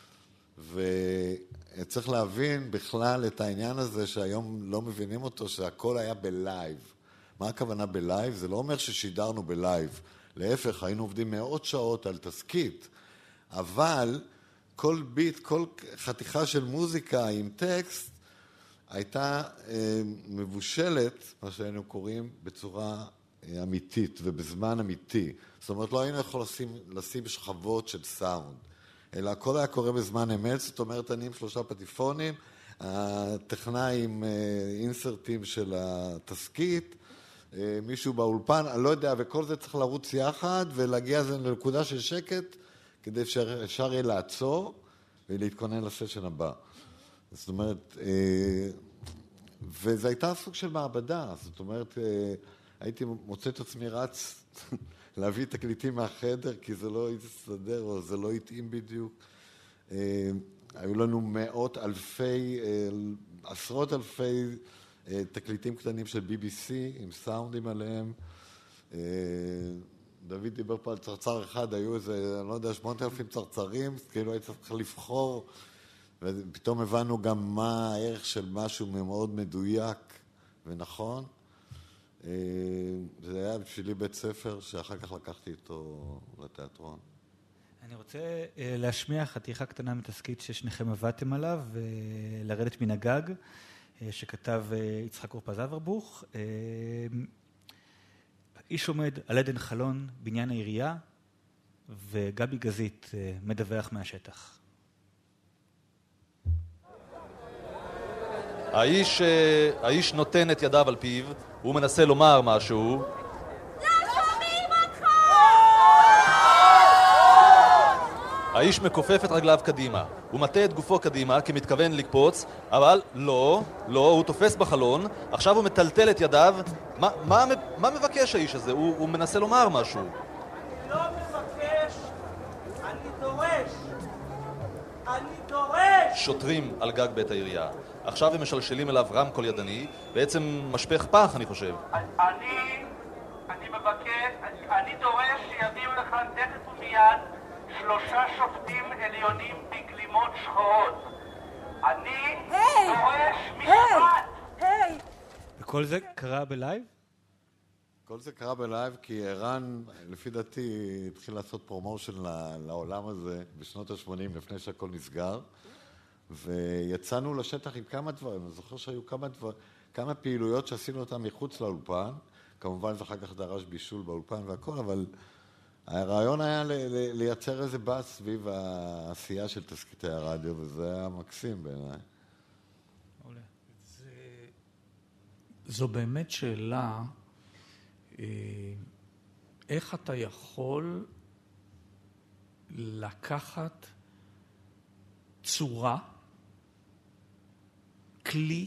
וצריך להבין בכלל את העניין הזה שהיום לא מבינים אותו, שהכל היה בלייב. מה הכוונה בלייב? זה לא אומר ששידרנו בלייב. להפך, היינו עובדים מאות שעות על תסקית, אבל כל ביט, כל חתיכה של מוזיקה עם טקסט, הייתה מבושלת, מה שהיינו קוראים, בצורה אמיתית ובזמן אמיתי. זאת אומרת, לא היינו יכול לשים שכבות של סאונד, אלא הכל היה קורה בזמן אמת. זאת אומרת, אני עם 3 פטיפונים, הטכנאי עם אינסרטים של התסקית, מישהו באולפן, אני לא יודע, וכל זה צריך לרוץ יחד ולהגיע לנקודה של שקט, כדי שאפשר יהיה לעצור ולהתכונן לסשן הבא. זאת אומרת, וזו הייתה סוג של מעבדה, זאת אומרת, הייתי מוצא את עצמי רץ להביא תקליטים מהחדר, כי זה לא יסתדר או זה לא יתאים בדיוק. היו לנו מאות אלפי, עשרות אלפי תקליטים קטנים של BBC עם סאונדים עליהם. דוד דיבר פה על צרצר אחד, היו איזה, אני לא יודע, 8,000 צרצרים, כאילו הייתי צריך לבחור, ופתאום הבנו גם מה הערך של משהו מאוד מדויק ונכון. זה היה בשבילי בית ספר שאחר כך לקחתי איתו לתיאטרון. אני רוצה להשמיע חתיכה קטנה מתסקית ששניכם עבדתם עליו, ולרדת מן הגג, שכתב יצחק אורפז אברבוך. איש עומד על עדן חלון בניין העירייה, וגבי גזית מדווח מהשטח. האיש נותן את ידיו על פיו, הוא מנסה לומר משהו. האיש מכופף את רגליו קדימה, הוא מטה את גופו קדימה כמתכוון לקפוץ, אבל לא, הוא תופס בחלון, עכשיו הוא מטלטל את ידיו. מה מבקש האיש הזה? הוא מנסה לומר משהו. אני לא מבקש, אני דורש. שוטרים על גג בית העירייה. עכשיו הם משלשלים אליו רמקול ידני, בעצם משפך פח, אני חושב. אני מבקש, אני דורש שיביאו לך תכף ומיד 3 שופטים עליונים בגלימות שחורות. אני דורש משפט! וכל זה קרה בלייב? כל זה קרה בלייב כי ערן, לפי דעתי, התחיל לעשות פרומושן לעולם הזה בשנות ה-80, לפני שהכל נסגר, ויצאנו לשטח עם כמה דברים. אני זוכר שהיו כמה פעילויות שעשינו אותן מחוץ לאולפן, כמובן זה אחר כך דרש בישול באולפן והכל, אבל הרעיון היה לייצר איזה בס סביב העשייה של תסקיטי הרדיו, וזה היה מקסים בעיניי. זו באמת שאלה, איך אתה יכול לקחת צורה, כלי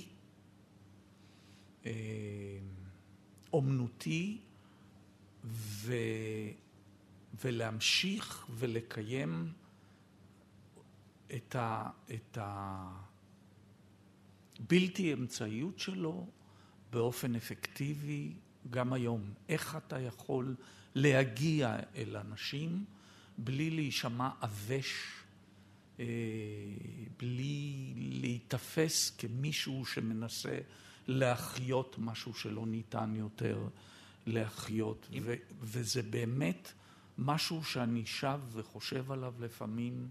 אומנותי ולהמשיך ולקיים את הבלתי אמצעיות שלו באופן אפקטיבי גם היום. איך אתה יכול להגיע אל אנשים בלי להישמע אבש, בלי להתאפס כמישהו שמנסה להחיות משהו שלא ניתן יותר להחיות. וזה באמת משהו שאני שב וחושב עליו לפעמים,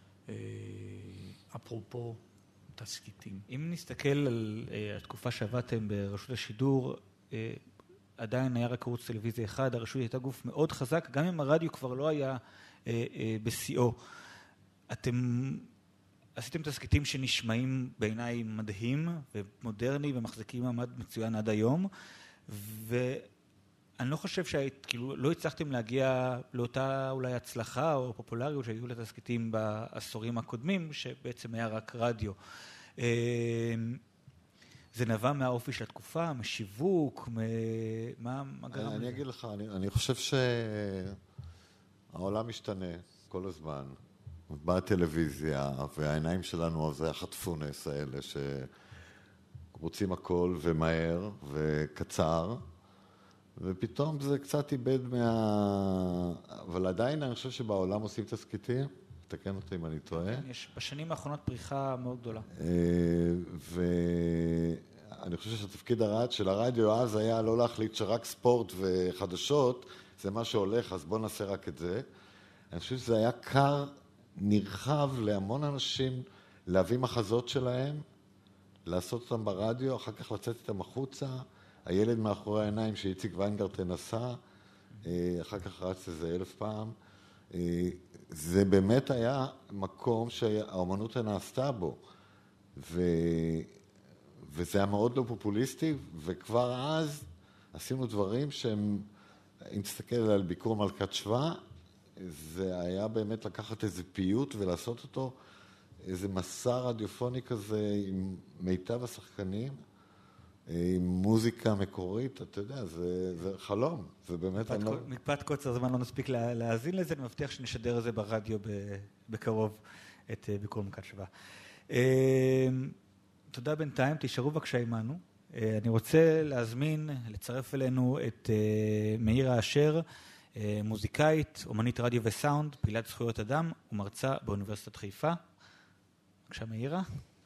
אפרופו תסקיטים. אם נסתכל על התקופה שעבדתם ברשות השידור, עדיין היה רק ערוץ טלוויזיה אחד, הרשות הייתה גוף מאוד חזק, גם אם הרדיו כבר לא היה בשיאו. אתם עשיתם תסקיטים שנשמעים בעיניי מדהים ומודרני ומחזיקים מעמד מצוין עד היום, ואני לא חושב כאילו לא הצלחתם להגיע לאותה אולי הצלחה או פופולריות שהיו לתסקיטים בעשורים הקודמים, שבעצם היה רק רדיו. זה נבע מהאופי של התקופה, משיווק, מה גרם לזה? אני אגיד לך, אני חושב שהעולם משתנה כל הזמן. באה טלוויזיה, והעיניים שלנו זה החטפונס האלה שרוצים הכל ומהר וקצר, ופתאום זה קצת איבד אבל עדיין אני חושב שבעולם עושים תסקיטים, תקן אותי אם אני טועה. יש בשנים האחרונות פריחה מאוד גדולה. ואני חושב שהתפקיד של הרדיו אז היה לא להחליט שרק ספורט וחדשות, זה מה שהולך, אז בוא נעשה רק את זה. אני חושב שזה היה קר נרחב להמון אנשים להביא מחזות שלהם, לעשות אותם ברדיו, אחר כך לצאת איתם החוצה, הילד מאחורי העיניים שאיציק ויינגרטן עשה, אחר כך רץ איזה 1000 פעם. זה באמת היה מקום שהאומנות נעשתה בו, וזה היה מאוד לא פופוליסטי, וכבר אז עשינו דברים שהם, אם תסתכל על ביקור מלכת שבא, זה היה באמת לקחת איזה פיוט ולעשות אותו, איזה מסע רדיופוני כזה עם מיטב השחקנים, עם מוזיקה מקורית, אתה יודע, זה חלום, זה באמת... מפאת קוצר זמן לא נספיק להאזין לזה, אני מבטיח שנשדר את זה ברדיו בקרוב, את ביקור מלכת שבא. תודה בינתיים, תישארו בבקשה עמנו. אני רוצה להזמין, לצרף אלינו את מאירה אשר, מוזיקאית, אומנית רדיו וסאונד, פעילת זכויות אדם ומרצה באוניברסיטת חיפה. בבקשה מאירה.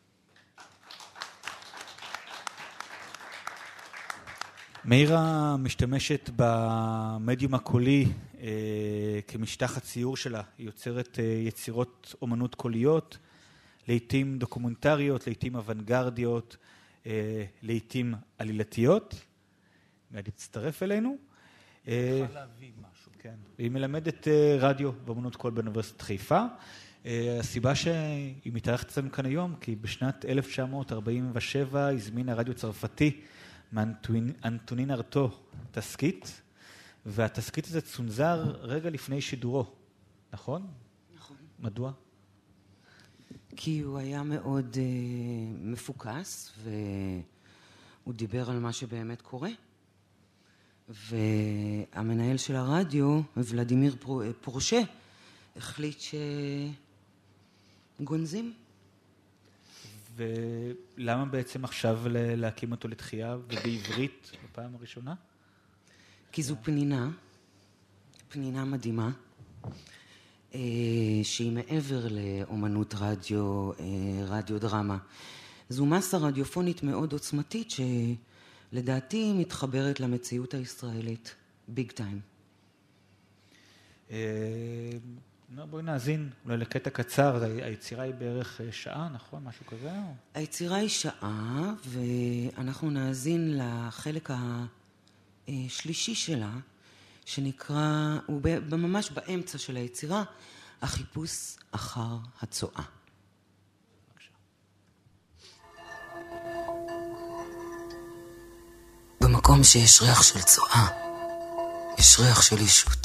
מאירה משתמשת במדיום הקולי כמשטח הציור שלה. היא יוצרת יצירות אומנות קוליות, לעתים דוקומנטריות, לעתים אוונגרדיות, לעתים עלילתיות. מיד יצטרף אלינו. יכול להביא משהו. כן. והיא מלמדת רדיו באומנות קול באוניברסיטת חיפה. הסיבה שהיא מתארחת אצלנו כאן היום, כי בשנת 1947 הזמינה רדיו צרפתי מאנטונין ארטו תסקיט, והתסקיט הזה צונזר רגע לפני שידורו, נכון? נכון. מדוע? כי הוא היה מאוד מפוקס, והוא דיבר על מה שבאמת קורה. והמנהל של הרדיו, ולדימיר פורשה, החליט שגונזים. ולמה בעצם עכשיו להקים אותו לתחייה ובעברית בפעם הראשונה? כי זו פנינה מדהימה. שהיא מעבר לאומנות רדיו דרמה. זו מסה רדיופונית מאוד עוצמתית שלדעתי מתחברת למציאות הישראלית, ביג טיים. בואי נאזין אולי לקטע קצר, היצירה היא בערך שעה, נכון? משהו כזה? היצירה היא שעה, ואנחנו נאזין לחלק השלישי שלה, שנקרא, הוא ממש באמצע של היצירה, החיפוש אחר הצועה. במקום שיש ריח של צועה, יש ריח של אישות.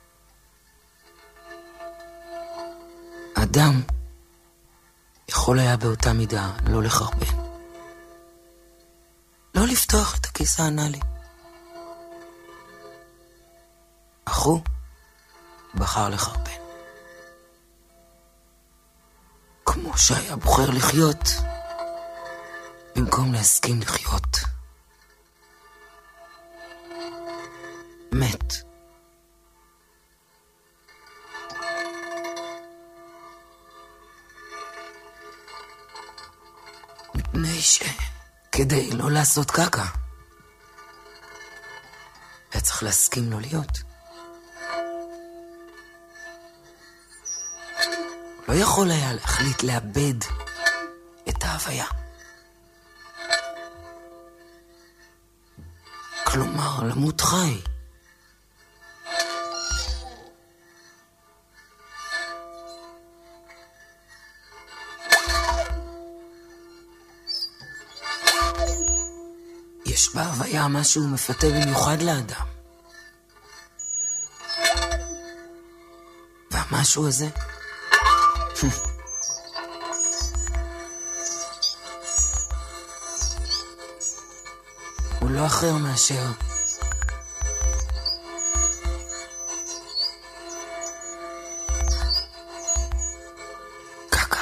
אדם יכול היה באותה מידה לא לחרבן. לא לפתוח את הכיס האנלי. אך הוא בחר לחרבן. כמו שהיה בוחר לחיות, במקום להסכים לחיות. מת. מפני שכדי לא לעשות קקה, היה צריך להסכים לא להיות. לא יכול היה להחליט לאבד את ההוויה. כלומר, למות חי. יש בהוויה משהו מפתה במיוחד לאדם. והמשהו הזה הוא לא אחר מאשר קקה.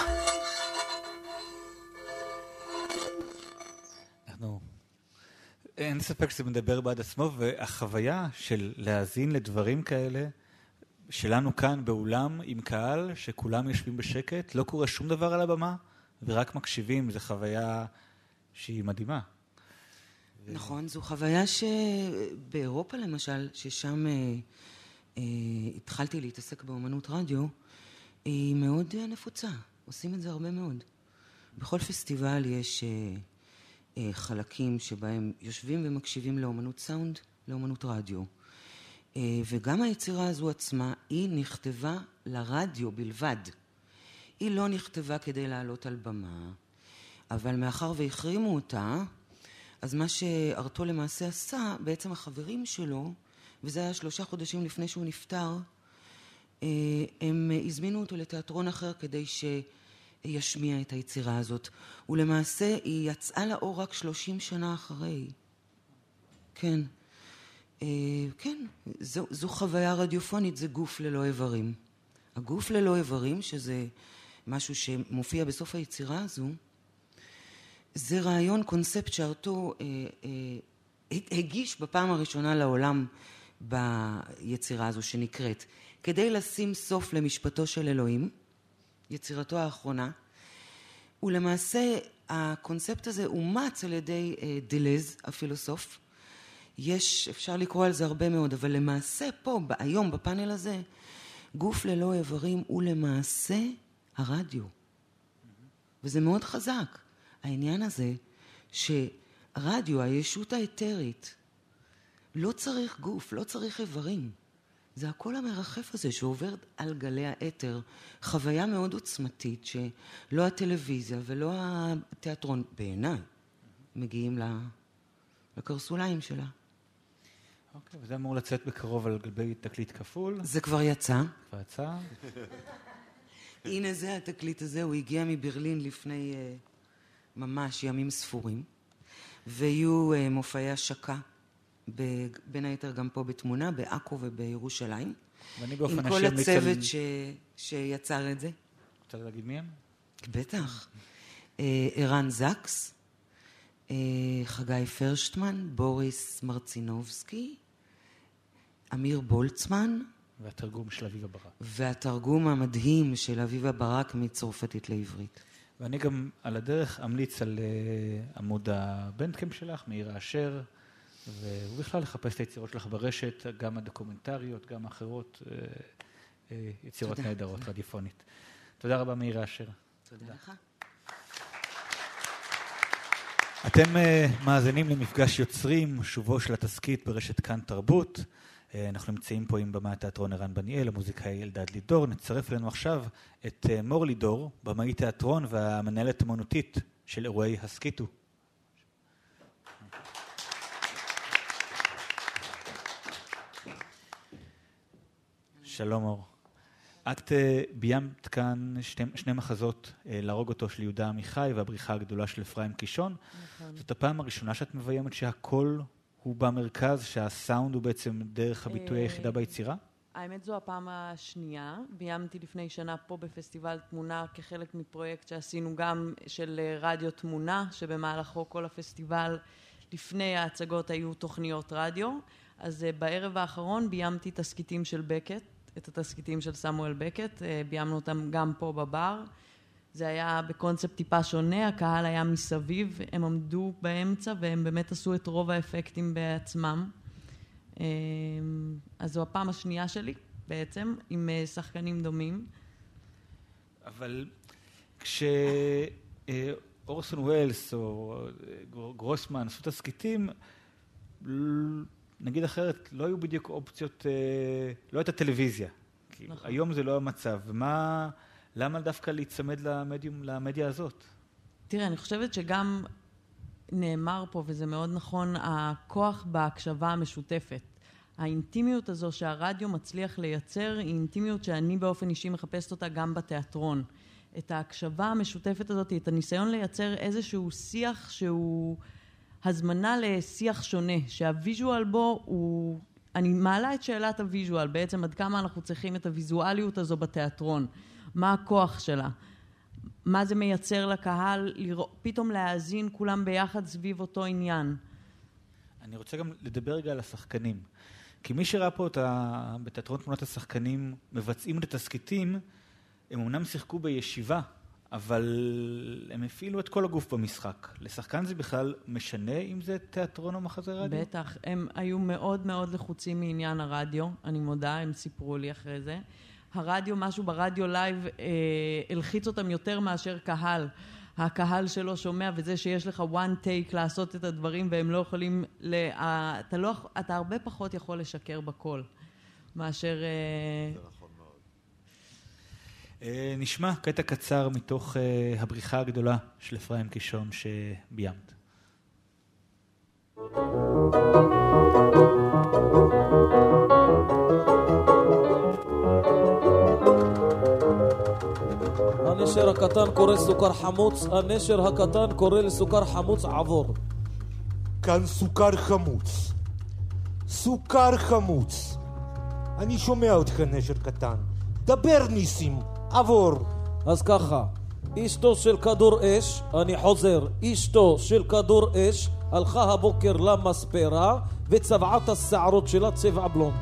אין ספק שזה מדבר בעד עצמו, והחוויה של להאזין לדברים כאלה שלנו כאן באולם עם קהל, שכולם יושבים בשקט, לא קורה שום דבר על הבמה, ורק מקשיבים, זו חוויה שהיא מדהימה. נכון, זו חוויה שבאירופה למשל, ששם התחלתי להתעסק באמנות רדיו, היא מאוד נפוצה, עושים את זה הרבה מאוד. בכל פסטיבל יש חלקים שבהם יושבים ומקשיבים לאמנות סאונד, לאמנות רדיו. וגם היצירה הזו עצמה, היא נכתבה לרדיו בלבד. היא לא נכתבה כדי לעלות על במה, אבל מאחר והחרימו אותה, אז מה שארתו למעשה עשה, בעצם החברים שלו, וזה היה 3 חודשים לפני שהוא נפטר, הם הזמינו אותו לתיאטרון אחר כדי שישמיע את היצירה הזאת. ולמעשה היא יצאה לאור רק 30 שנה אחרי. כן. כן, זו חוויה רדיופונית, זה גוף ללא איברים. הגוף ללא איברים, שזה משהו שמופיע בסוף היצירה הזו, זה רעיון, קונספט שארתו הגיש בפעם הראשונה לעולם ביצירה הזו שנקראת, כדי לשים סוף למשפטו של אלוהים, יצירתו האחרונה, ולמעשה הקונספט הזה אומץ על ידי דלז, הפילוסוף. אפשר לקרוא על זה הרבה מאוד, אבל למעשה פה, היום, בפאנל הזה, גוף ללא איברים הוא למעשה הרדיו. וזה מאוד חזק. העניין הזה שרדיו, הישות האתרית, לא צריך גוף, לא צריך איברים. זה הכל המרחף הזה שעובר על גלי האתר, חוויה מאוד עוצמתית שלא הטלוויזיה ולא התיאטרון, בעיניי, מגיעים לקרסוליים שלה. אוקיי, וזה אמור לצאת בקרוב על גבי תקליט כפול. זה כבר יצא. כבר יצא. הנה זה התקליט הזה, הוא הגיע מברלין לפני ממש ימים ספורים, ויהיו מופעי השקה, בין היתר גם פה בתמונה, בעכו ובירושלים, עם כל הצוות שיצר את זה. רוצה להגיד מי הם? בטח. ערן זקס, חגי פרשטמן, בוריס מרצינובסקי, אמיר בולצמן, והתרגום של אביבה ברק. והתרגום המדהים של אביבה ברק מצרפתית לעברית. ואני גם על הדרך אמליץ על עמוד הבנדקאמפ שלך, מאירה אשר, ובכלל לחפש את היצירות שלך ברשת, גם הדוקומנטריות, גם האחרות, יצירות נהדרות, רדיופונית. תודה רבה מאירה אשר. תודה לך. אתם מאזינים למפגש יוצרים, שובו של התסקית ברשת כאן תרבות. אנחנו נמצאים פה עם במאי התיאטרון ערן בניאל, המוזיקאי אלדד לידור. נצרף אלינו עכשיו את מור לידור, במאי תיאטרון והמנהלת אמנותית של אירועי הסקיטו. שלום מור. את ביימת כאן שני מחזות, להרוג אותו של יהודה עמיחי והבריחה הגדולה של אפרים קישון. נכון. זאת הפעם הראשונה שאת מביימת שהכל הוא במרכז, שהסאונד הוא בעצם דרך הביטוי היחידה ביצירה? האמת זו הפעם השנייה. ביימתי לפני שנה פה בפסטיבל תמונה כחלק מפרויקט שעשינו גם של רדיו תמונה, שבמהלכו כל הפסטיבל לפני ההצגות היו תוכניות רדיו. אז בערב האחרון ביימתי תסקיטים של בקט, את התסקיטים של סמואל בקט, ביימנו אותם גם פה בבר. זה היה בקונספט טיפה שונה, הקהל היה מסביב, הם עמדו באמצע והם באמת עשו את רוב האפקטים בעצמם. אז זו הפעם השנייה שלי בעצם, עם שחקנים דומים. אבל כשאורסון ווילס או גרוסמן עשו תסקיטים, נגיד אחרת, לא היו בדיוק אופציות, לא הייתה טלוויזיה. נכון. היום זה לא המצב. למה דווקא להצמד למדיה הזאת? תראה, אני חושבת שגם נאמר פה, וזה מאוד נכון, הכוח בהקשבה המשותפת. האינטימיות הזו שהרדיו מצליח לייצר, היא אינטימיות שאני באופן אישי מחפשת אותה גם בתיאטרון. את ההקשבה המשותפת הזאת, את הניסיון לייצר איזשהו שיח שהוא הזמנה לשיח שונה, שהוויז'ואל בו הוא... אני מעלה את שאלת הוויז'ואל, בעצם עד כמה אנחנו צריכים את הוויזואליות הזו בתיאטרון. מה הכוח שלה? מה זה מייצר לקהל, פתאום להאזין כולם ביחד סביב אותו עניין? אני רוצה גם לדבר רגע על השחקנים. כי מי שראה פה בתיאטרון תמונת השחקנים מבצעים את התסקיטים, הם אמנם שיחקו בישיבה, אבל הם הפעילו את כל הגוף במשחק. לשחקן זה בכלל משנה אם זה תיאטרון או מחזה רדיו? בטח, הם היו מאוד מאוד לחוצים מעניין הרדיו, אני מודה, הם סיפרו לי אחרי זה. הרדיו, משהו ברדיו לייב הלחיץ אותם יותר מאשר קהל. הקהל שלו שומע, וזה שיש לך one take לעשות את הדברים, והם לא יכולים, אתה הרבה פחות יכול לשקר בכל, מאשר... זה נכון מאוד. נשמע קטע קצר מתוך הבריחה הגדולה של אפרים קישון שביימת. הנשר הקטן קורא סוכר חמוץ, הנשר הקטן קורא לסוכר חמוץ עבור. כאן סוכר חמוץ. סוכר חמוץ. אני שומע אותך נשר קטן. דבר ניסים, עבור. אז ככה, אשתו של כדור אש, אני חוזר, אשתו של כדור אש הלכה הבוקר למספרה וצבעה את השערות שלה צבע בלונד.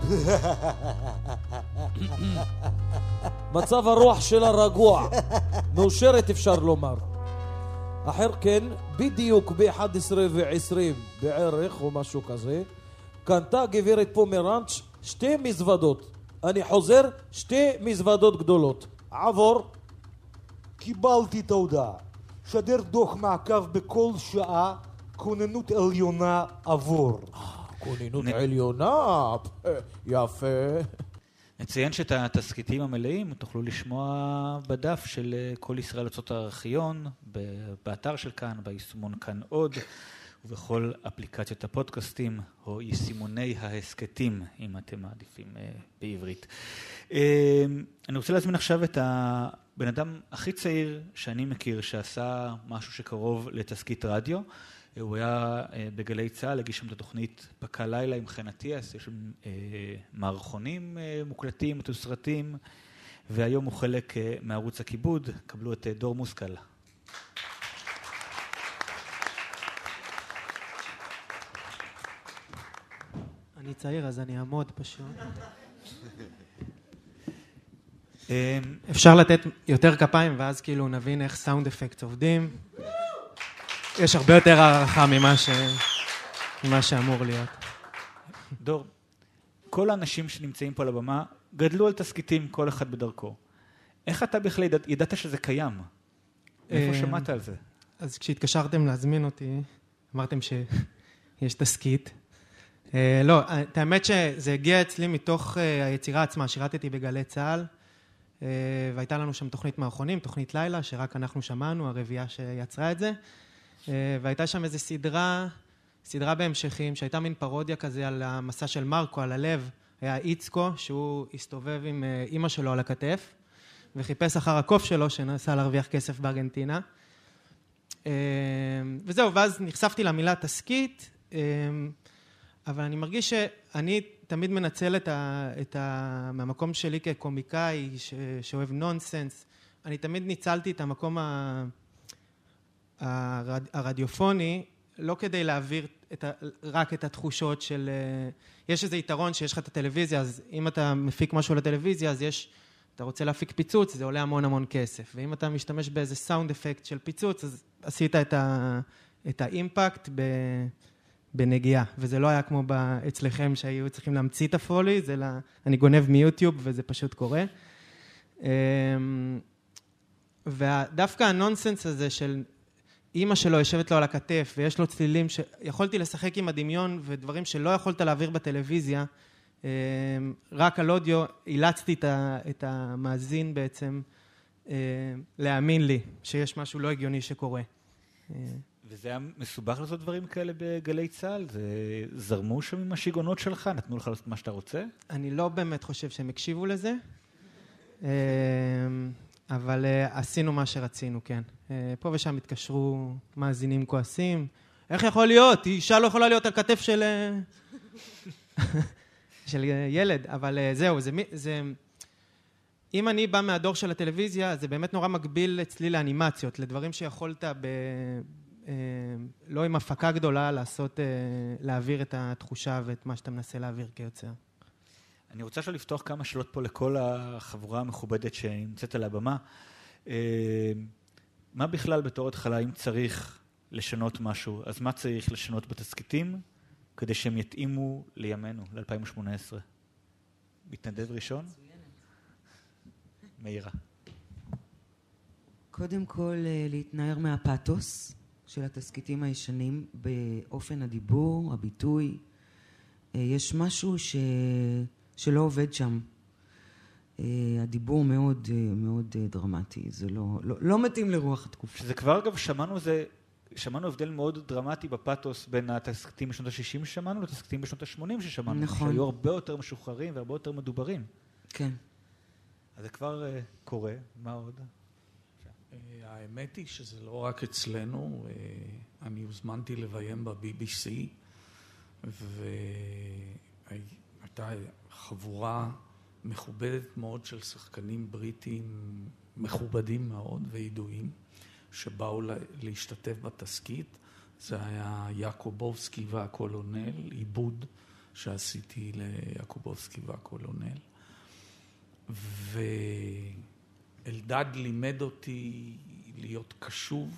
מצב הרוח שלה רגוע, מאושרת אפשר לומר. אחר כן, בדיוק ב-11:20 בערך או משהו כזה, קנתה גברת פומרנץ' 2 מזוודות. אני חוזר, 2 מזוודות גדולות. עבור. קיבלתי את ההודעה. שדר דוח מעקב בכל שעה, כוננות עליונה עבור. כוננות עליונה, יפה. נציין שאת התסקיטים המלאים תוכלו לשמוע בדף של כל ישראל הוצאות הארכיון, באתר של כאן, ביישומון כאן עוד, ובכל אפליקציות הפודקאסטים או יישומוני ההסקטים, אם אתם מעדיפים בעברית. אני רוצה להזמין עכשיו את הבן אדם הכי צעיר שאני מכיר, שעשה משהו שקרוב לתסקית רדיו. הוא היה בגלי צהל, הגיש שם את התוכנית פקה לילה עם חן אטיאס, יש שם מערכונים מוקלטים, מתוסרטים, והיום הוא חלק מערוץ הכיבוד. קבלו את דור מושכל. אני צעיר אז אני אעמוד פשוט. אפשר לתת יותר כפיים, ואז כאילו נבין איך סאונד אפקט עובדים. יש הרבה יותר הערכה ממה שאמור להיות. דור, כל האנשים שנמצאים פה על הבמה גדלו על תסקיטים, כל אחד בדרכו. איך אתה בכלל ידעת שזה קיים? איפה שמעת על זה? אז כשהתקשרתם להזמין אותי, אמרתם שיש תסקיט. לא, האמת שזה הגיע אצלי מתוך היצירה עצמה. שירתתי בגלי צה"ל, והייתה לנו שם תוכנית מערכונים, תוכנית לילה, שרק אנחנו שמענו, הרביעייה שיצרה את זה. והייתה שם איזו סדרה בהמשכים, שהייתה מין פרודיה כזה על המסע של מרקו, על הלב. היה איצקו, שהוא הסתובב עם אמא שלו על הכתף, וחיפש אחר הקוף שלו, שנסע להרוויח כסף בארגנטינה. וזהו, ואז נחשפתי למילה תסקית, אבל אני מרגיש שאני תמיד מנצל מהמקום שלי כקומיקאי, שאוהב נונסנס, אני תמיד ניצלתי את המקום הרדיופוני, לא כדי להעביר רק את התחושות של... יש איזה יתרון שיש לך את הטלוויזיה, אז אם אתה מפיק משהו לטלוויזיה, אז אתה רוצה להפיק פיצוץ, זה עולה המון המון כסף. ואם אתה משתמש באיזה סאונד אפקט של פיצוץ, אז עשית את האימפקט בנגיעה. וזה לא היה כמו אצלכם שהיו צריכים להמציא את הפולי, אני גונב מיוטיוב וזה פשוט קורה. ודווקא הנונסנס הזה של אמא שלו יושבת לו על הכתף, ויש לו צלילים שיכולתי לשחק עם הדמיון, ודברים שלא יכולת להעביר בטלוויזיה, רק על אודיו, אילצתי את המאזין בעצם להאמין לי שיש משהו לא הגיוני שקורה. וזה היה מסובך לעשות דברים כאלה בגלי צה"ל? זרמו שם עם השיגונות שלך? נתנו לך לעשות מה שאתה רוצה? אני לא באמת חושב שהם הקשיבו לזה, אבל עשינו מה שרצינו, כן. פה ושם התקשרו מאזינים כועסים. איך יכול להיות? אישה לא יכולה להיות על כתף של ילד, אבל זהו, אם אני בא מהדור של הטלוויזיה, זה באמת נורא מגביל אצלי לאנימציות, לדברים שיכולת לא עם הפקה גדולה להעביר את התחושה ואת מה שאתה מנסה להעביר כיוצר. אני רוצה עכשיו לפתוח כמה שאלות פה לכל החבורה המכובדת שנמצאת על הבמה. מה בכלל בתור התחלה, אם צריך לשנות משהו, אז מה צריך לשנות בתסקיטים כדי שהם יתאימו לימינו, ל-2018? מתנדב ראשון? מאירה. קודם כל, להתנער מהפאתוס של התסקיטים הישנים באופן הדיבור, הביטוי. יש משהו שלא עובד שם. הדיבור מאוד מאוד דרמטי, זה לא מתאים לרוח התקופה. שזה כבר אגב שמענו הבדל מאוד דרמטי בפאתוס בין התסקיטים בשנות ה-60 ששמענו לתסקיטים בשנות ה-80 ששמענו. נכון. שהיו הרבה יותר משוחררים והרבה יותר מדוברים. כן. אז זה כבר קורה, מה עוד? האמת היא שזה לא רק אצלנו, אני הוזמנתי לביים ב-BBC, והייתה חבורה מכובדת מאוד של שחקנים בריטים מכובדים מאוד וידועים, שבאו להשתתף בתסקית. זה היה יעקובובסקי והקולונל, עיבוד שעשיתי ליעקובובסקי והקולונל. ואלדד לימד אותי להיות קשוב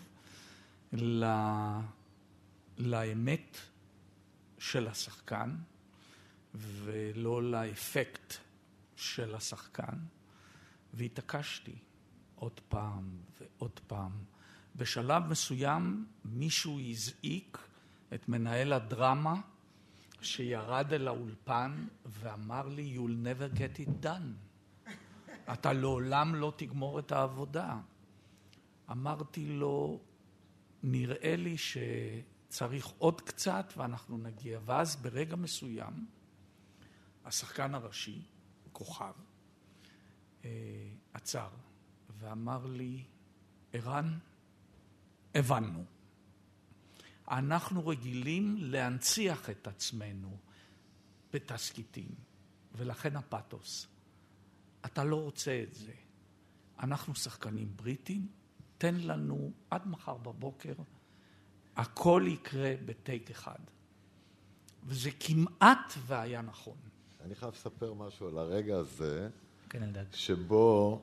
לאמת של השחקן ולא לאפקט של השחקן, והתעקשתי עוד פעם ועוד פעם. בשלב מסוים מישהו הזעיק את מנהל הדרמה שירד אל האולפן ואמר לי, you'll never get it done. אתה לעולם לא תגמור את העבודה. אמרתי לו, נראה לי שצריך עוד קצת ואנחנו נגיע. ואז ברגע מסוים, השחקן הראשי, כוכב, עצר ואמר לי, ערן, הבנו. אנחנו רגילים להנציח את עצמנו בתסקיטים, ולכן הפאתוס. אתה לא רוצה את זה. אנחנו שחקנים בריטים, תן לנו עד מחר בבוקר, הכל יקרה בטייק אחד. וזה כמעט והיה נכון. אני חייב לספר משהו על הרגע הזה. כן, אלדד. שבו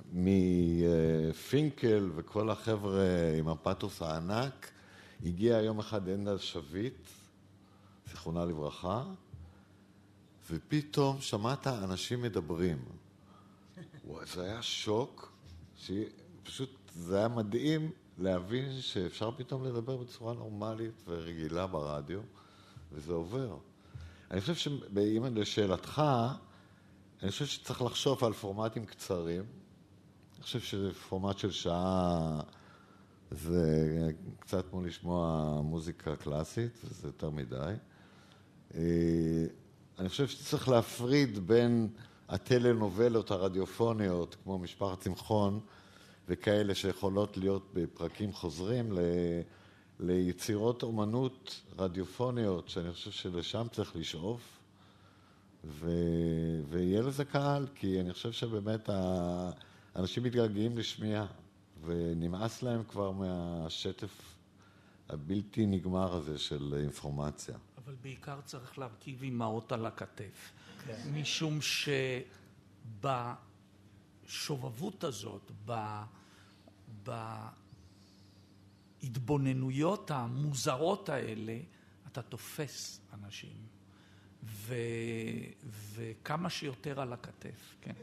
מפינקל וכל החבר'ה עם הפאתוס הענק, הגיע יום אחד ענדל שביט, זיכרונה לברכה, ופתאום שמעת אנשים מדברים. זה היה שוק, שפשוט זה היה מדהים להבין שאפשר פתאום לדבר בצורה נורמלית ורגילה ברדיו, וזה עובר. אני חושב שאם לשאלתך, אני חושב שצריך לחשוב על פורמטים קצרים. אני חושב שפורמט של שעה זה קצת כמו לשמוע מוזיקה קלאסית, וזה יותר מדי. אני חושב שצריך להפריד בין הטלנובלות הרדיופוניות, כמו משפחת צמחון, וכאלה שיכולות להיות בפרקים חוזרים, ליצירות אומנות רדיופוניות, שאני חושב שלשם צריך לשאוף, ויהיה לזה קהל, כי אני חושב שבאמת האנשים מתגעגעים לשמיעה, ונמאס להם כבר מהשטף הבלתי נגמר הזה של אינפורמציה. אבל בעיקר צריך להרכיב אימהות על הכתף. משום שבשובבות הזאת, בהתבוננויות המוזרות האלה, אתה תופס אנשים. וכמה שיותר על הכתף, כן.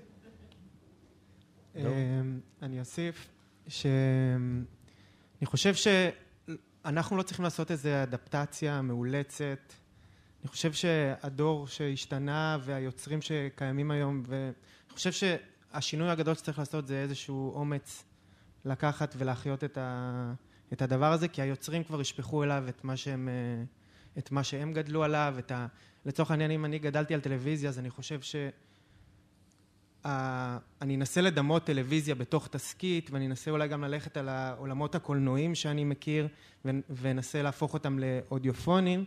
אני אוסיף שאני חושב שאנחנו לא צריכים לעשות איזו אדפטציה מאולצת. אני חושב שהדור שהשתנה והיוצרים שקיימים היום, ואני חושב שהשינוי הגדול שצריך לעשות זה איזשהו אומץ לקחת ולהחיות את הדבר הזה, כי היוצרים כבר ישפכו אליו את מה שהם גדלו עליו, לצורך העניין, אם אני גדלתי על טלוויזיה, אז אני חושב אני אנסה לדמות טלוויזיה בתוך תסקית, ואני אנסה אולי גם ללכת על העולמות הקולנועיים שאני מכיר, ואנסה להפוך אותם לאודיופונים.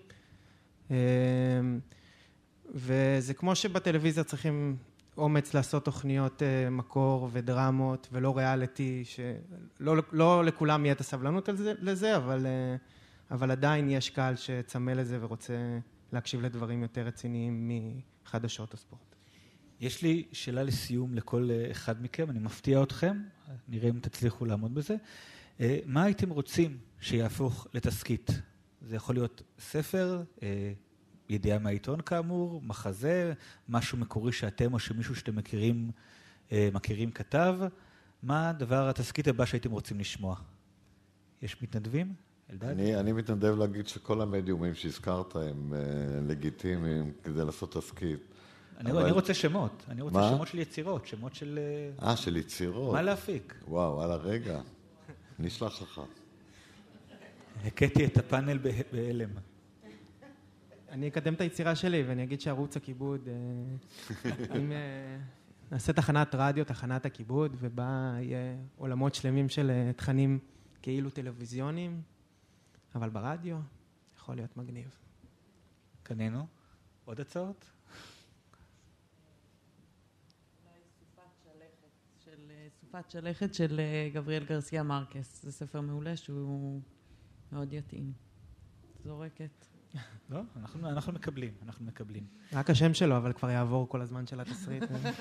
וזה כמו שבטלוויזיה צריכים אומץ לעשות תוכניות מקור ודרמות, ולא ריאליטי, שלא לכולם יהיה את הסבלנות לזה, אבל עדיין יש קהל שצמא לזה ורוצה להקשיב לדברים יותר רציניים מחדשות הספורט. יש לי שאלה לסיום לכל אחד מכם, אני מפתיע אתכם, נראה אם תצליחו לעמוד בזה. מה הייתם רוצים שיהפוך לתסקית? זה יכול להיות ספר, ידיעה מהעיתון כאמור, מחזה, משהו מקורי שאתם או שמישהו שאתם מכירים כתב. מה הדבר התסקית הבא שהייתם רוצים לשמוע? יש מתנדבים? אלדד? אני מתנדב להגיד שכל המדיומים שהזכרת הם לגיטימיים כדי לעשות תסקית. אני רוצה שמות. אני רוצה שמות של יצירות, שמות של... של יצירות. מה להפיק? וואו, על הרגע. נשלח לך. הקטתי את הפאנל בהלם. אני אקדם את היצירה שלי ואני אגיד שערוץ הכיבוד, אם נעשה תחנת רדיו, תחנת הכיבוד, ובה יהיה עולמות שלמים של תכנים כאילו טלוויזיונים, אבל ברדיו יכול להיות מגניב. קנינו? עוד הצעות? סופת שלכת של גבריאל גרסיה מרקס. זה ספר מעולה שהוא מאוד יתאים. זורקת. לא, אנחנו מקבלים. רק השם שלו, אבל כבר יעבור כל הזמן של התסריט.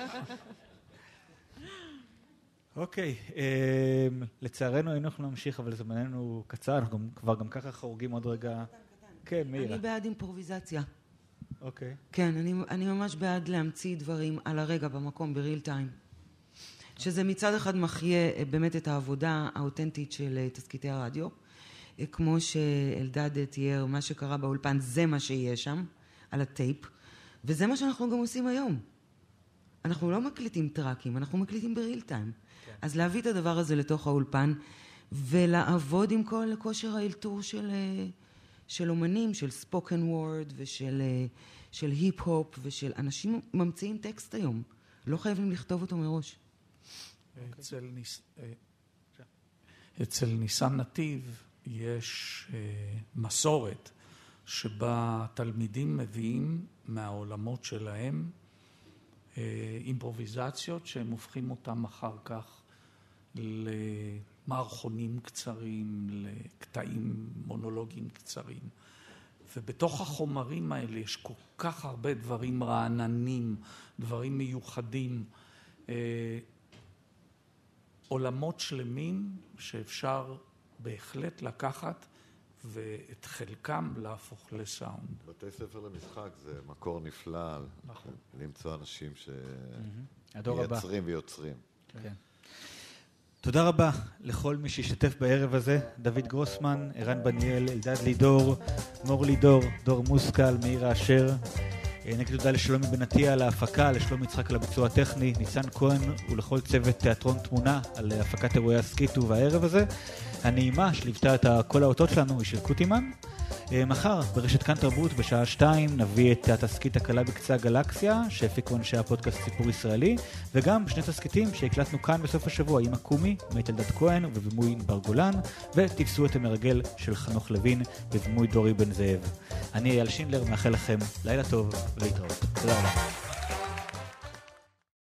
אוקיי, לצערנו היינו יכולים להמשיך, אבל זמננו קצר, אנחנו כבר גם ככה חורגים עוד רגע. כן, מאירה. אני בעד אימפרוביזציה. אוקיי. כן, אני ממש בעד להמציא דברים על הרגע במקום, בריל טיים. שזה מצד אחד מחיה באמת את העבודה האותנטית של תסקיטי הרדיו, כמו שאלדד תיאר, מה שקרה באולפן, זה מה שיהיה שם, על הטייפ, וזה מה שאנחנו גם עושים היום. אנחנו לא מקליטים טרקים, אנחנו מקליטים בריל טיים. כן. אז להביא את הדבר הזה לתוך האולפן, ולעבוד עם כל כושר האלתור של אומנים, של ספוקן וורד, ושל היפ-הופ, ושל אנשים ממציאים טקסט היום. לא חייבים לכתוב אותו מראש. אצל ניסן נתיב יש מסורת שבה תלמידים מביאים מהעולמות שלהם אימפרוביזציות שהם הופכים אותם אחר כך למערכונים קצרים, לקטעים מונולוגיים קצרים. ובתוך החומרים האלה יש כל כך הרבה דברים רעננים, דברים מיוחדים, עולמות שלמים שאפשר בהחלט לקחת ואת חלקם להפוך לסאונד. בתי ספר למשחק זה מקור נפלא למצוא אנשים שמייצרים ויוצרים. כן. תודה רבה לכל מי שהשתתף בערב הזה, דוד גרוסמן, ערן בניאל, אלדד לידור, מור לידור, דור מוסקל, מאיר האשר. נגיד תודה לשלומי בנתיה על ההפקה, לשלומי יצחק על הביצוע הטכני, ניצן כהן ולכל צוות תיאטרון תמונה על הפקת אירועי הסקיטו והערב הזה. הנעימה שליוותה את כל האותות שלנו היא של קוטימן. מחר ברשת כאן תרבות בשעה 2 נביא את התסקית הקלה בקצה הגלקסיה שהפיקו אנשי הפודקאסט סיפור ישראלי, וגם שני תסקיטים שהקלטנו כאן בסוף השבוע עם הקומי מאת אלדד כהן ובבימוי ענבר גולן, ותפסו את המרגל של חנוך לוין בבימוי דורי בן זאב. אני אייל שינדלר, מאחל לכם לילה טוב ולהתראות. תודה רבה.